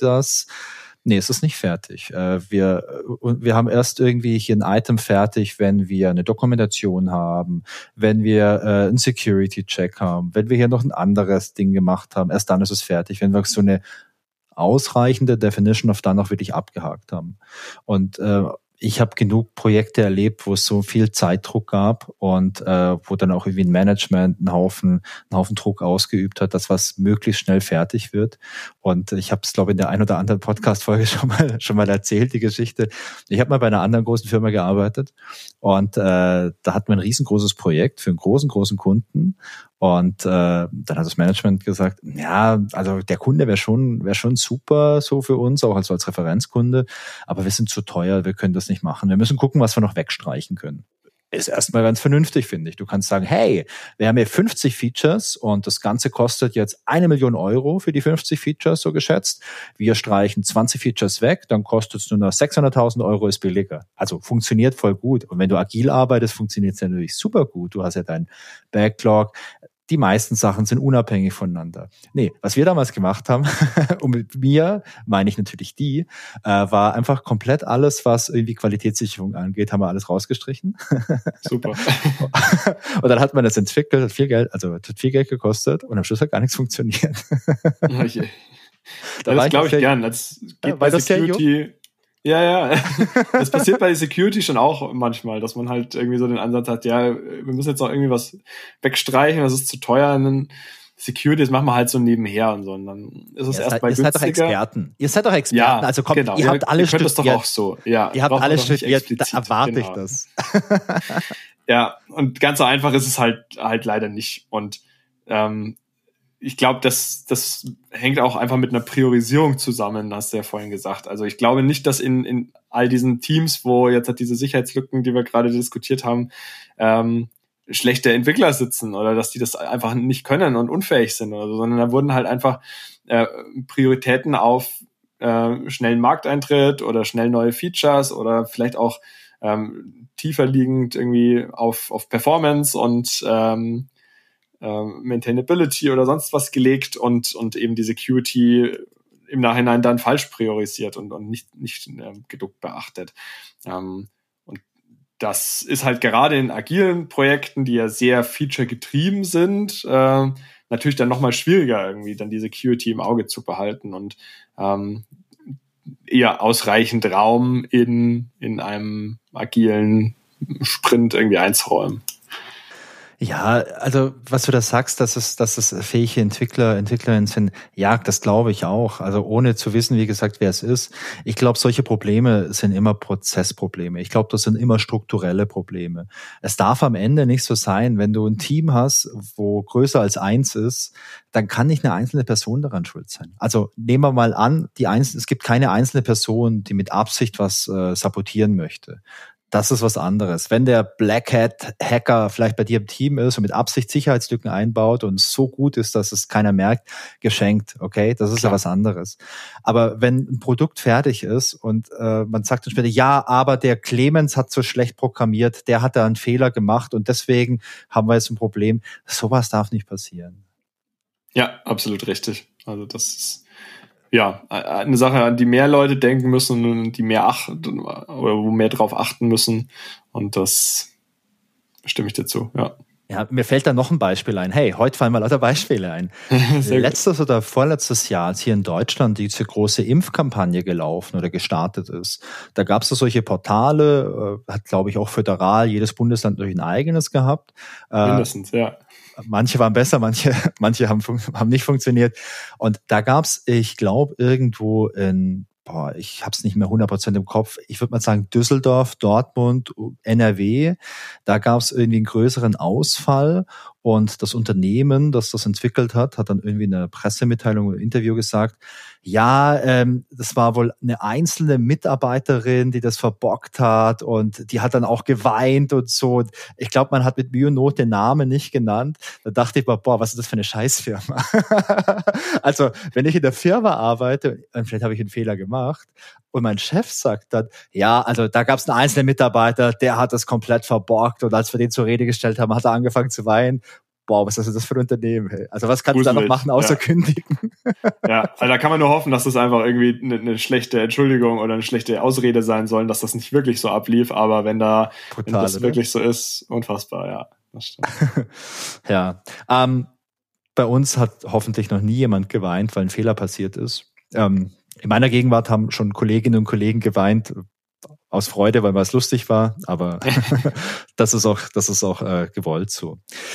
es ist nicht fertig. Wir haben erst irgendwie hier ein Item fertig, wenn wir eine Dokumentation haben, wenn wir einen Security-Check haben, wenn wir hier noch ein anderes Ding gemacht haben, erst dann ist es fertig, wenn wir so eine ausreichende Definition of Done auch wirklich abgehakt haben. Und ich habe genug Projekte erlebt, wo es so viel Zeitdruck gab und wo dann auch irgendwie ein Management einen Haufen Druck ausgeübt hat, dass was möglichst schnell fertig wird. Und ich habe es, glaube ich, in der ein oder anderen Podcast-Folge schon mal erzählt, die Geschichte. Ich habe mal bei einer anderen großen Firma gearbeitet, und da hatten wir ein riesengroßes Projekt für einen großen Kunden. Und dann hat das Management gesagt, also der Kunde wäre schon super so für uns, auch als Referenzkunde, aber wir sind zu teuer, wir können das nicht machen. Wir müssen gucken, was wir noch wegstreichen können. Ist erstmal ganz vernünftig, finde ich. Du kannst sagen, hey, wir haben hier 50 Features und das Ganze kostet jetzt 1 Million Euro für die 50 Features, so geschätzt. Wir streichen 20 Features weg, dann kostet es nur noch 600.000 Euro, ist billiger. Also funktioniert voll gut. Und wenn du agil arbeitest, funktioniert es natürlich super gut. Du hast ja deinen Backlog. Die meisten Sachen sind unabhängig voneinander. Nee, was wir damals gemacht haben, und mit mir meine ich natürlich war einfach komplett alles, was irgendwie Qualitätssicherung angeht, haben wir alles rausgestrichen. Super. Und dann hat man das entwickelt, hat viel Geld gekostet, und am Schluss hat gar nichts funktioniert. Okay. Das glaube ich gern. Das geht bei Security. Ja. Das passiert bei Security schon auch manchmal, dass man halt irgendwie so den Ansatz hat, wir müssen jetzt noch irgendwie was wegstreichen, das ist zu teuer, und dann Security, das machen wir halt so nebenher und so. Und dann ist es erst bei günstiger. Ihr seid doch Experten. Ja, also kommt, genau. ihr habt alle studiert. Das doch auch so. Ja, ihr habt alle studiert, da erwarte ich das. Ja, und ganz so einfach ist es halt leider nicht. Und ich glaube, das hängt auch einfach mit einer Priorisierung zusammen, hast du ja vorhin gesagt. Also ich glaube nicht, dass in all diesen Teams, wo jetzt halt diese Sicherheitslücken, die wir gerade diskutiert haben, schlechte Entwickler sitzen oder dass die das einfach nicht können und unfähig sind oder so, sondern da wurden halt einfach Prioritäten auf schnellen Markteintritt oder schnell neue Features oder vielleicht auch tiefer liegend irgendwie auf Performance und Maintainability oder sonst was gelegt und eben die Security im Nachhinein dann falsch priorisiert und nicht genug beachtet. Und das ist halt gerade in agilen Projekten, die ja sehr feature-getrieben sind, natürlich dann nochmal schwieriger, irgendwie dann die Security im Auge zu behalten und eher ausreichend Raum in einem agilen Sprint irgendwie einzuräumen. Ja, also was du da sagst, dass es fähige Entwicklerinnen sind, ja, das glaube ich auch. Also ohne zu wissen, wie gesagt, wer es ist. Ich glaube, solche Probleme sind immer Prozessprobleme. Ich glaube, das sind immer strukturelle Probleme. Es darf am Ende nicht so sein, wenn du ein Team hast, wo größer als 1 ist, dann kann nicht eine einzelne Person daran schuld sein. Also nehmen wir mal an, es gibt keine einzelne Person, die mit Absicht was sabotieren möchte. Das ist was anderes. Wenn der Black Hat Hacker vielleicht bei dir im Team ist und mit Absicht Sicherheitslücken einbaut und so gut ist, dass es keiner merkt, geschenkt, okay? Das ist Klar. Ja was anderes. Aber wenn ein Produkt fertig ist und man sagt dann später, ja, aber der Clemens hat so schlecht programmiert, der hat da einen Fehler gemacht und deswegen haben wir jetzt ein Problem. Sowas darf nicht passieren. Ja, absolut richtig. Also das ist ja eine Sache, an die mehr Leute denken müssen und die mehr achten oder wo mehr drauf achten müssen. Und das stimme ich dir zu, ja. Ja, mir fällt da noch ein Beispiel ein. Hey, heute fallen mal lauter Beispiele ein. Letztes oder vorletztes Jahr, als hier in Deutschland diese große Impfkampagne gelaufen oder gestartet ist, da gab es so solche Portale, hat, glaube ich, auch föderal jedes Bundesland durch ein eigenes gehabt. Mindestens, ja. Manche waren besser, manche haben nicht funktioniert. Und da gab's, ich glaube, irgendwo ich habe es nicht mehr 100% im Kopf, ich würde mal sagen Düsseldorf, Dortmund, NRW, da gab's irgendwie einen größeren Ausfall und das Unternehmen, das das entwickelt hat dann irgendwie in einer Pressemitteilung oder Interview gesagt, ja, das war wohl eine einzelne Mitarbeiterin, die das verbockt hat und die hat dann auch geweint und so. Ich glaube, man hat mit Mühe und Not den Namen nicht genannt. Da dachte ich mal, boah, was ist das für eine Scheißfirma? Also, wenn ich in der Firma arbeite, vielleicht habe ich einen Fehler gemacht und mein Chef sagt dann, ja, also da gab es einen einzelnen Mitarbeiter, der hat das komplett verbockt und als wir den zur Rede gestellt haben, hat er angefangen zu weinen. Boah, was ist das für ein Unternehmen? Hey? Also was kannst du da noch machen, außer kündigen? Ja, also da kann man nur hoffen, dass das einfach irgendwie eine schlechte Entschuldigung oder eine schlechte Ausrede sein soll, dass das nicht wirklich so ablief. Aber wenn das wirklich so ist, unfassbar, ja. Das stimmt. Ja, bei uns hat hoffentlich noch nie jemand geweint, weil ein Fehler passiert ist. In meiner Gegenwart haben schon Kolleginnen und Kollegen geweint, aus Freude, weil es lustig war, aber das ist auch gewollt so.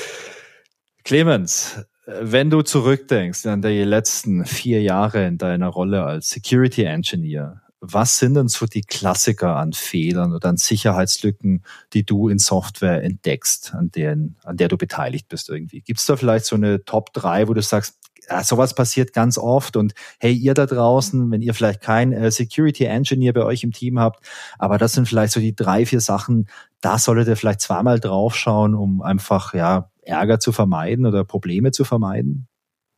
Clemens, wenn du zurückdenkst an die letzten 4 Jahre in deiner Rolle als Security Engineer, was sind denn so die Klassiker an Fehlern oder an Sicherheitslücken, die du in Software entdeckst, an der du beteiligt bist irgendwie? Gibt es da vielleicht so eine Top 3, wo du sagst, ja, sowas passiert ganz oft und hey, ihr da draußen, wenn ihr vielleicht keinen Security Engineer bei euch im Team habt, aber das sind vielleicht so die 3, 4 Sachen, da solltet ihr vielleicht zweimal draufschauen, um einfach, ja, Ärger zu vermeiden oder Probleme zu vermeiden?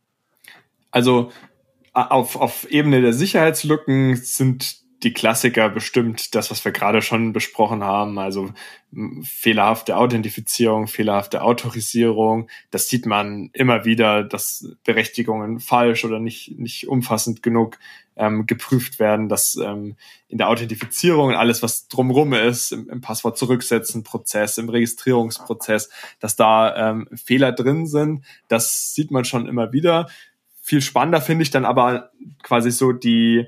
Also auf Ebene der Sicherheitslücken sind die Klassiker bestimmt das, was wir gerade schon besprochen haben, also fehlerhafte Authentifizierung, fehlerhafte Autorisierung. Das sieht man immer wieder, dass Berechtigungen falsch oder nicht umfassend genug geprüft werden, dass in der Authentifizierung und alles, was drumherum ist, im Passwort zurücksetzen Prozess, im Registrierungsprozess, dass da Fehler drin sind. Das sieht man schon immer wieder. Viel spannender finde ich dann aber quasi so die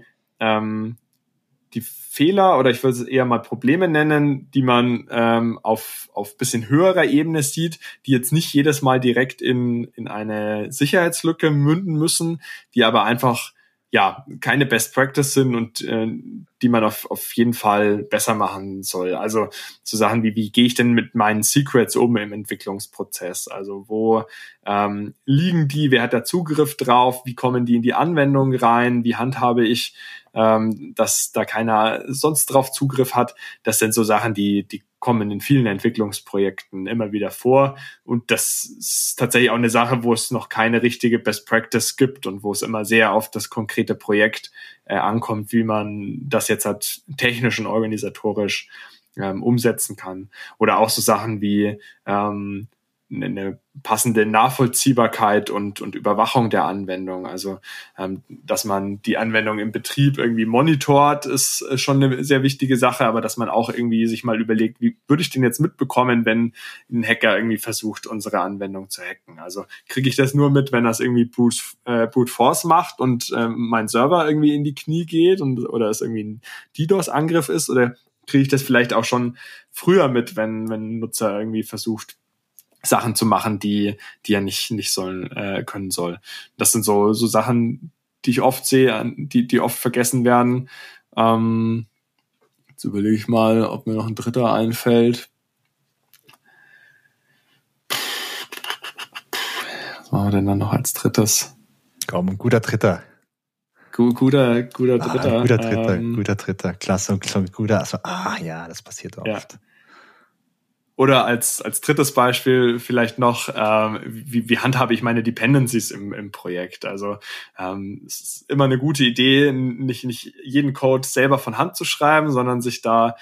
Fehler oder ich würde es eher mal Probleme nennen, die man auf bisschen höherer Ebene sieht, die jetzt nicht jedes Mal direkt in eine Sicherheitslücke münden müssen, die aber einfach ja keine Best Practice sind und die man auf jeden Fall besser machen soll. Also so Sachen wie gehe ich denn mit meinen Secrets um im Entwicklungsprozess? Also wo liegen die? Wer hat da Zugriff drauf? Wie kommen die in die Anwendung rein? Wie handhabe ich, dass da keiner sonst drauf Zugriff hat? Das sind so Sachen, die kommen in vielen Entwicklungsprojekten immer wieder vor. Und das ist tatsächlich auch eine Sache, wo es noch keine richtige Best Practice gibt und wo es immer sehr auf das konkrete Projekt ankommt, wie man das jetzt halt technisch und organisatorisch umsetzen kann. Oder auch so Sachen wie eine passende Nachvollziehbarkeit und Überwachung der Anwendung. Also, dass man die Anwendung im Betrieb irgendwie monitort, ist schon eine sehr wichtige Sache, aber dass man auch irgendwie sich mal überlegt, wie würde ich denn jetzt mitbekommen, wenn ein Hacker irgendwie versucht, unsere Anwendung zu hacken? Also kriege ich das nur mit, wenn das irgendwie Brute Force macht und mein Server irgendwie in die Knie geht oder es irgendwie ein DDoS-Angriff ist, oder kriege ich das vielleicht auch schon früher mit, wenn ein Nutzer irgendwie versucht, Sachen zu machen, die er nicht können soll. Das sind so Sachen, die ich oft sehe, die oft vergessen werden. Jetzt überlege ich mal, ob mir noch ein dritter einfällt. Was machen wir denn dann noch als drittes? Komm, ein guter Dritter. Guter Dritter. Guter Dritter. Klasse und guter. Also, ja, das passiert oft. Ja. Oder als drittes Beispiel vielleicht noch, wie handhabe ich meine Dependencies im Projekt? Also es ist immer eine gute Idee, nicht jeden Code selber von Hand zu schreiben, sondern sich da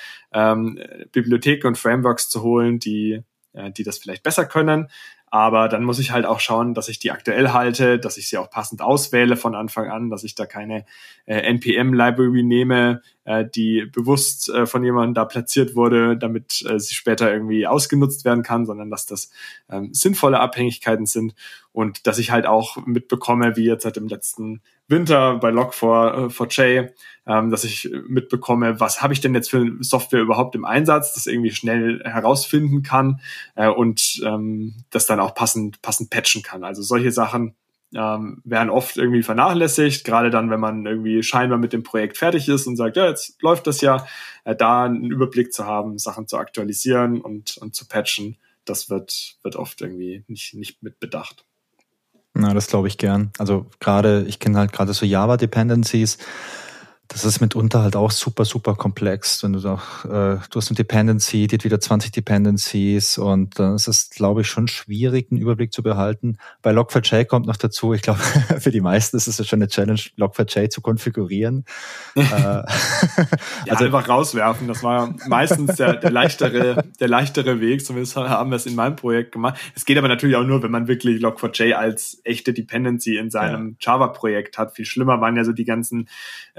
Bibliotheken und Frameworks zu holen, die das vielleicht besser können. Aber dann muss ich halt auch schauen, dass ich die aktuell halte, dass ich sie auch passend auswähle von Anfang an, dass ich da keine NPM-Library nehme, die bewusst von jemandem da platziert wurde, damit sie später irgendwie ausgenutzt werden kann, sondern dass das sinnvolle Abhängigkeiten sind und dass ich halt auch mitbekomme, wie jetzt seit dem letzten Winter bei Log4j, dass ich mitbekomme, was habe ich denn jetzt für Software überhaupt im Einsatz, das irgendwie schnell herausfinden kann und das dann auch passend patchen kann. Also solche Sachen werden oft irgendwie vernachlässigt, gerade dann, wenn man irgendwie scheinbar mit dem Projekt fertig ist und sagt, ja, jetzt läuft das ja, da einen Überblick zu haben, Sachen zu aktualisieren und zu patchen, das wird oft irgendwie nicht mit bedacht. Na, das glaube ich gern. Also ich kenne halt gerade so Java-Dependencies. Das ist mitunter halt auch super, super komplex. Wenn du hast eine Dependency, die hat wieder 20 Dependencies und dann ist es, glaube ich, schon schwierig, einen Überblick zu behalten. Bei Log4j kommt noch dazu, ich glaube, für die meisten ist es ja schon eine Challenge, Log4j zu konfigurieren. Ja, also einfach rauswerfen. Das war meistens der leichtere Weg. Zumindest haben wir es in meinem Projekt gemacht. Es geht aber natürlich auch nur, wenn man wirklich Log4j als echte Dependency in seinem Java-Projekt hat. Viel schlimmer waren ja so die ganzen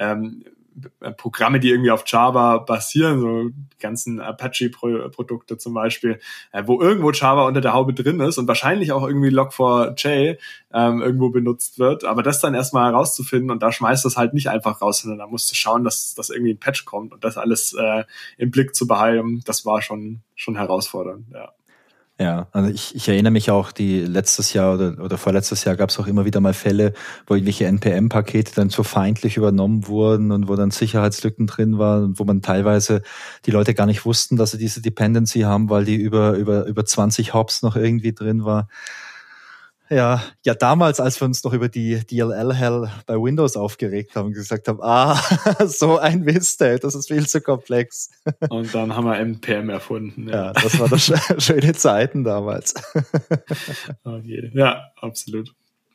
Programme, die irgendwie auf Java basieren, so die ganzen Apache-Produkte zum Beispiel, wo irgendwo Java unter der Haube drin ist und wahrscheinlich auch irgendwie Log4j irgendwo benutzt wird, aber das dann erstmal herauszufinden und da schmeißt das halt nicht einfach raus, sondern da musst du schauen, dass irgendwie ein Patch kommt und das alles im Blick zu behalten, das war schon herausfordernd, ja. Ja, also ich erinnere mich auch, die letztes Jahr oder vorletztes Jahr gab es auch immer wieder mal Fälle, wo irgendwelche NPM-Pakete dann so feindlich übernommen wurden und wo dann Sicherheitslücken drin waren und wo man teilweise die Leute gar nicht wussten, dass sie diese Dependency haben, weil die über 20 Hops noch irgendwie drin war. Ja, damals, als wir uns noch über die DLL-Hell bei Windows aufgeregt haben, gesagt haben, so ein Mist, ey, das ist viel zu komplex. Und dann haben wir NPM erfunden. Ja, das war doch schöne Zeiten damals. Okay. Ja, absolut.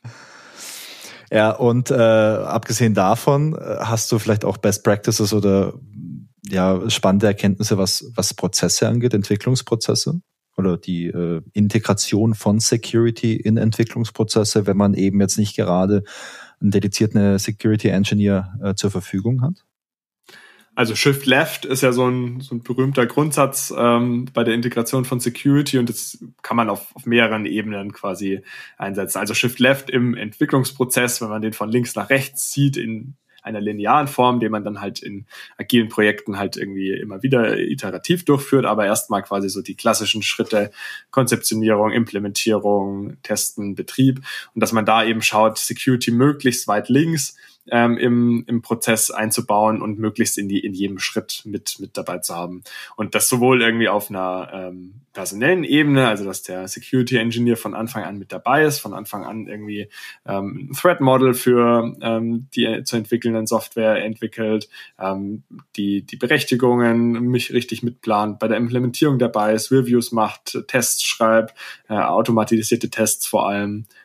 Ja, und abgesehen davon, hast du vielleicht auch Best Practices oder spannende Erkenntnisse, was Prozesse angeht, Entwicklungsprozesse? Oder die Integration von Security in Entwicklungsprozesse, wenn man eben jetzt nicht gerade einen dedizierten Security Engineer zur Verfügung hat? Also Shift Left ist ja so ein berühmter Grundsatz bei der Integration von Security und das kann man auf mehreren Ebenen quasi einsetzen. Also Shift Left im Entwicklungsprozess, wenn man den von links nach rechts zieht, in einer linearen Form, den man dann halt in agilen Projekten halt irgendwie immer wieder iterativ durchführt, aber erstmal quasi so die klassischen Schritte, Konzeptionierung, Implementierung, Testen, Betrieb und dass man da eben schaut, Security möglichst weit links im Prozess einzubauen und möglichst in jedem Schritt mit dabei zu haben. Und das sowohl irgendwie auf einer personellen Ebene, also dass der Security Engineer von Anfang an mit dabei ist, von Anfang an irgendwie Threat Model für die zu entwickelnden Software entwickelt, die Berechtigungen mich richtig mitplant, bei der Implementierung dabei ist, Reviews macht, Tests schreibt, automatisierte Tests vor allem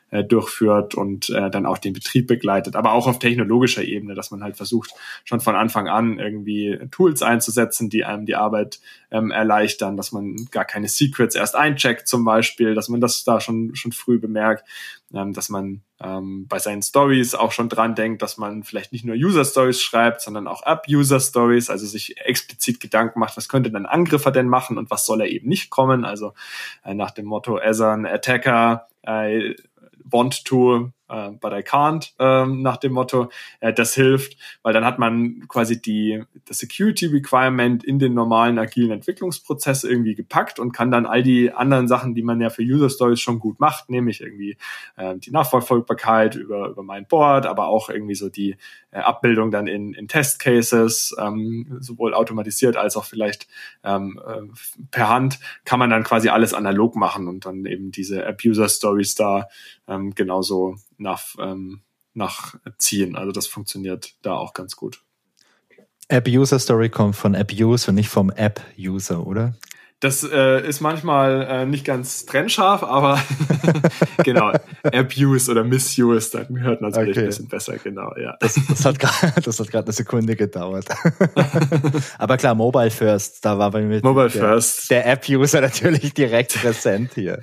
durchführt und dann auch den Betrieb begleitet, aber auch auf technologischer Ebene, dass man halt versucht, schon von Anfang an irgendwie Tools einzusetzen, die einem die Arbeit erleichtern, dass man gar keine Secrets erst eincheckt zum Beispiel, dass man das da schon früh bemerkt, dass man bei seinen Stories auch schon dran denkt, dass man vielleicht nicht nur User-Stories schreibt, sondern auch App-User-Stories, also sich explizit Gedanken macht, was könnte ein Angreifer denn machen und was soll er eben nicht kommen, also nach dem Motto, as an attacker, I want to, but I can't, nach dem Motto, das hilft, weil dann hat man quasi das Security Requirement in den normalen agilen Entwicklungsprozess irgendwie gepackt und kann dann all die anderen Sachen, die man ja für User Stories schon gut macht, nämlich irgendwie die Nachverfolgbarkeit über mein Board, aber auch irgendwie so die Abbildung dann in Test Cases, sowohl automatisiert als auch vielleicht per Hand, kann man dann quasi alles analog machen und dann eben diese App-User Stories da genauso nachziehen. Also das funktioniert da auch ganz gut. App-User-Story kommt von App-Use und nicht vom App-User, oder? Das ist manchmal nicht ganz trennscharf, aber genau, App-Use oder Misuse, dann hört man es vielleicht ein bisschen besser, genau, ja. Das hat gerade eine Sekunde gedauert. Aber klar, Mobile First, da war bei mir der App-User natürlich direkt präsent hier.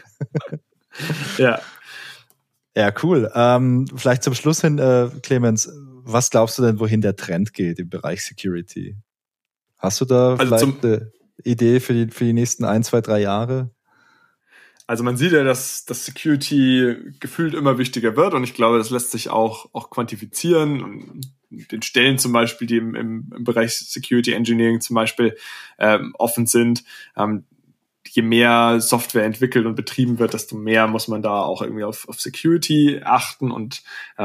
Ja. Ja, cool. Vielleicht zum Schluss hin, Clemens, was glaubst du denn, wohin der Trend geht im Bereich Security? Hast du da vielleicht eine Idee für die nächsten 1, 2, 3 Jahre? Also man sieht ja, dass Security gefühlt immer wichtiger wird und ich glaube, das lässt sich auch quantifizieren. Und den Stellen zum Beispiel, die im Bereich Security Engineering zum Beispiel offen sind, je mehr Software entwickelt und betrieben wird, desto mehr muss man da auch irgendwie auf Security achten und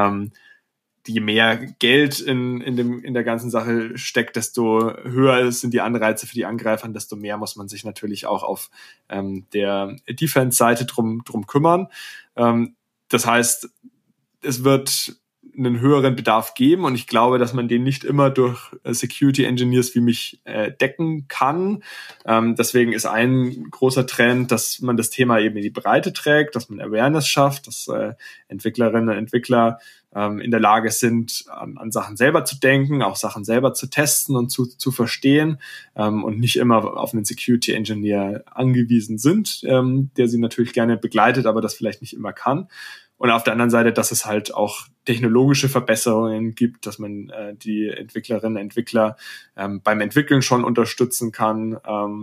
je mehr Geld in der ganzen Sache steckt, desto höher sind die Anreize für die Angreifer, desto mehr muss man sich natürlich auch auf der Defense-Seite drum kümmern. Das heißt, es wird einen höheren Bedarf geben und ich glaube, dass man den nicht immer durch Security Engineers wie mich decken kann. Deswegen ist ein großer Trend, dass man das Thema eben in die Breite trägt, dass man Awareness schafft, dass Entwicklerinnen und Entwickler in der Lage sind, an Sachen selber zu denken, auch Sachen selber zu testen und zu verstehen und nicht immer auf einen Security Engineer angewiesen sind, der sie natürlich gerne begleitet, aber das vielleicht nicht immer kann. Und auf der anderen Seite, dass es halt auch technologische Verbesserungen gibt, dass man die Entwicklerinnen und Entwickler beim Entwickeln schon unterstützen kann,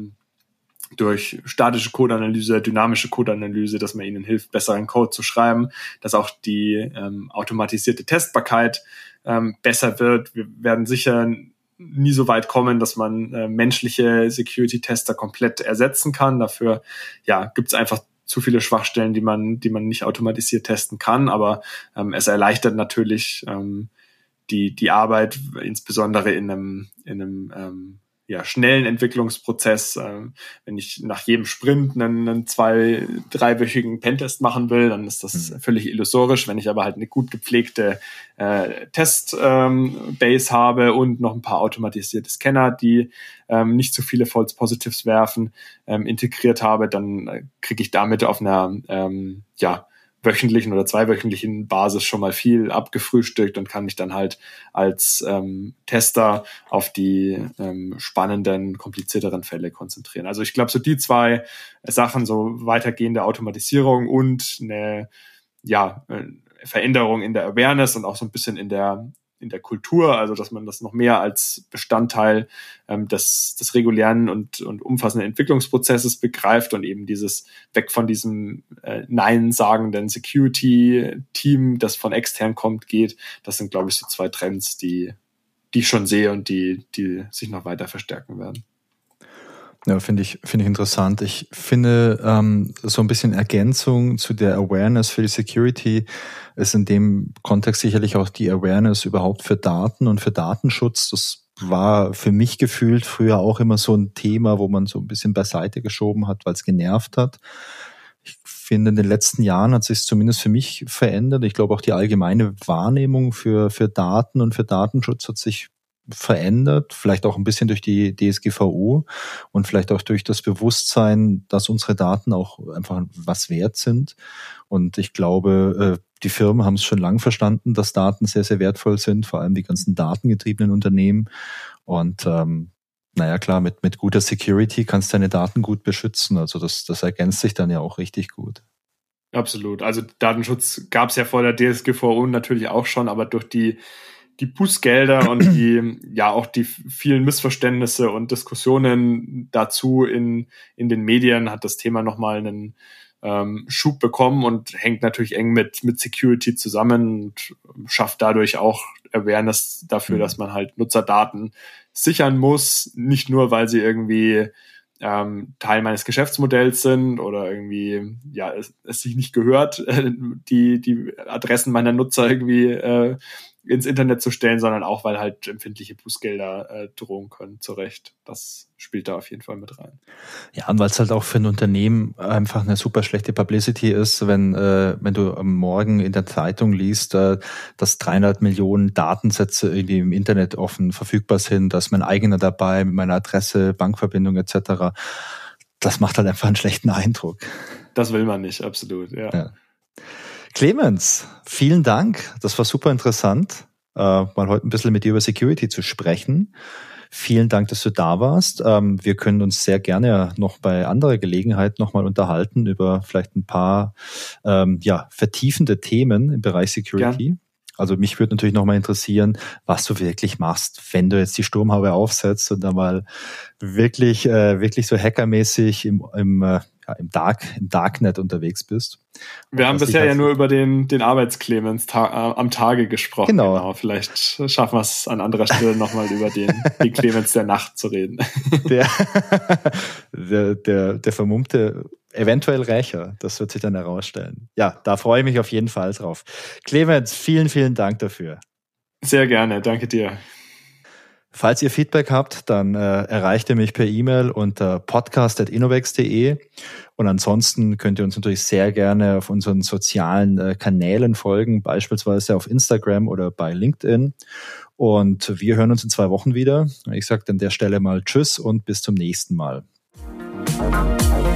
durch statische Codeanalyse, dynamische Codeanalyse, dass man ihnen hilft, besseren Code zu schreiben, dass auch die automatisierte Testbarkeit besser wird. Wir werden sicher nie so weit kommen, dass man menschliche Security-Tester komplett ersetzen kann. Dafür gibt es einfach zu viele Schwachstellen, die man nicht automatisiert testen kann, aber es erleichtert natürlich die Arbeit, insbesondere in einem schnellen Entwicklungsprozess. Wenn ich nach jedem Sprint einen 2-3-wöchigen Pentest machen will, dann ist das völlig illusorisch. Wenn ich aber halt eine gut gepflegte Testbase habe und noch ein paar automatisierte Scanner, die nicht zu viele False Positives werfen, integriert habe, dann kriege ich damit auf einer wöchentlichen oder 2-wöchentlichen Basis schon mal viel abgefrühstückt und kann mich dann halt als Tester auf die spannenden, komplizierteren Fälle konzentrieren. Also ich glaube, so die 2 Sachen, so weitergehende Automatisierung und eine Veränderung in der Awareness und auch so ein bisschen in der Kultur, also dass man das noch mehr als Bestandteil des regulären und umfassenden Entwicklungsprozesses begreift und eben dieses weg von diesem Nein-sagenden Security-Team, das von extern kommt, geht. Das sind, glaube ich, so 2 Trends, die ich schon sehe und die sich noch weiter verstärken werden. Ja, finde ich interessant. Ich finde, so ein bisschen Ergänzung zu der Awareness für die Security ist in dem Kontext sicherlich auch die Awareness überhaupt für Daten und für Datenschutz. Das war für mich gefühlt früher auch immer so ein Thema, wo man so ein bisschen beiseite geschoben hat, weil es genervt hat. Ich finde, in den letzten Jahren hat sich zumindest für mich verändert. Ich glaube, auch die allgemeine Wahrnehmung für Daten und für Datenschutz hat sich verändert, vielleicht auch ein bisschen durch die DSGVO und vielleicht auch durch das Bewusstsein, dass unsere Daten auch einfach was wert sind. Und ich glaube, die Firmen haben es schon lange verstanden, dass Daten sehr, sehr wertvoll sind, vor allem die ganzen datengetriebenen Unternehmen. Und klar, mit guter Security kannst du deine Daten gut beschützen. Also das ergänzt sich dann ja auch richtig gut. Absolut. Also Datenschutz gab es ja vor der DSGVO natürlich auch schon, aber durch die Bußgelder und die vielen Missverständnisse und Diskussionen dazu in den Medien hat das Thema nochmal einen Schub bekommen und hängt natürlich eng mit Security zusammen und schafft dadurch auch Awareness dafür, dass man halt Nutzerdaten sichern muss, nicht nur, weil sie irgendwie Teil meines Geschäftsmodells sind oder irgendwie es sich nicht gehört, die Adressen meiner Nutzer irgendwie ins Internet zu stellen, sondern auch, weil halt empfindliche Bußgelder drohen können, zu Recht. Das spielt da auf jeden Fall mit rein. Ja, und weil es halt auch für ein Unternehmen einfach eine super schlechte Publicity ist, wenn du am Morgen in der Zeitung liest, dass 300 Millionen Datensätze irgendwie im Internet offen verfügbar sind, dass mein eigener dabei mit meiner Adresse, Bankverbindung etc. Das macht halt einfach einen schlechten Eindruck. Das will man nicht, absolut, ja. Clemens, vielen Dank. Das war super interessant, mal heute ein bisschen mit dir über Security zu sprechen. Vielen Dank, dass du da warst. Wir können uns sehr gerne noch bei anderer Gelegenheit nochmal unterhalten über vielleicht ein paar vertiefende Themen im Bereich Security. Ja. Also mich würde natürlich nochmal interessieren, was du wirklich machst, wenn du jetzt die Sturmhaube aufsetzt und dann mal wirklich so hackermäßig im Darknet unterwegs bist. Wir haben bisher ja nur über den Arbeits-Clemens am Tage gesprochen. Genau. Vielleicht schaffen wir es an anderer Stelle nochmal über den Clemens der Nacht zu reden. Der vermummte, eventuell Rächer, das wird sich dann herausstellen. Ja, da freue ich mich auf jeden Fall drauf. Clemens, vielen, vielen Dank dafür. Sehr gerne, danke dir. Falls ihr Feedback habt, dann erreicht ihr mich per E-Mail unter podcast@innovex.de und ansonsten könnt ihr uns natürlich sehr gerne auf unseren sozialen Kanälen folgen, beispielsweise auf Instagram oder bei LinkedIn. Und wir hören uns in 2 Wochen wieder. Ich sage an der Stelle mal Tschüss und bis zum nächsten Mal.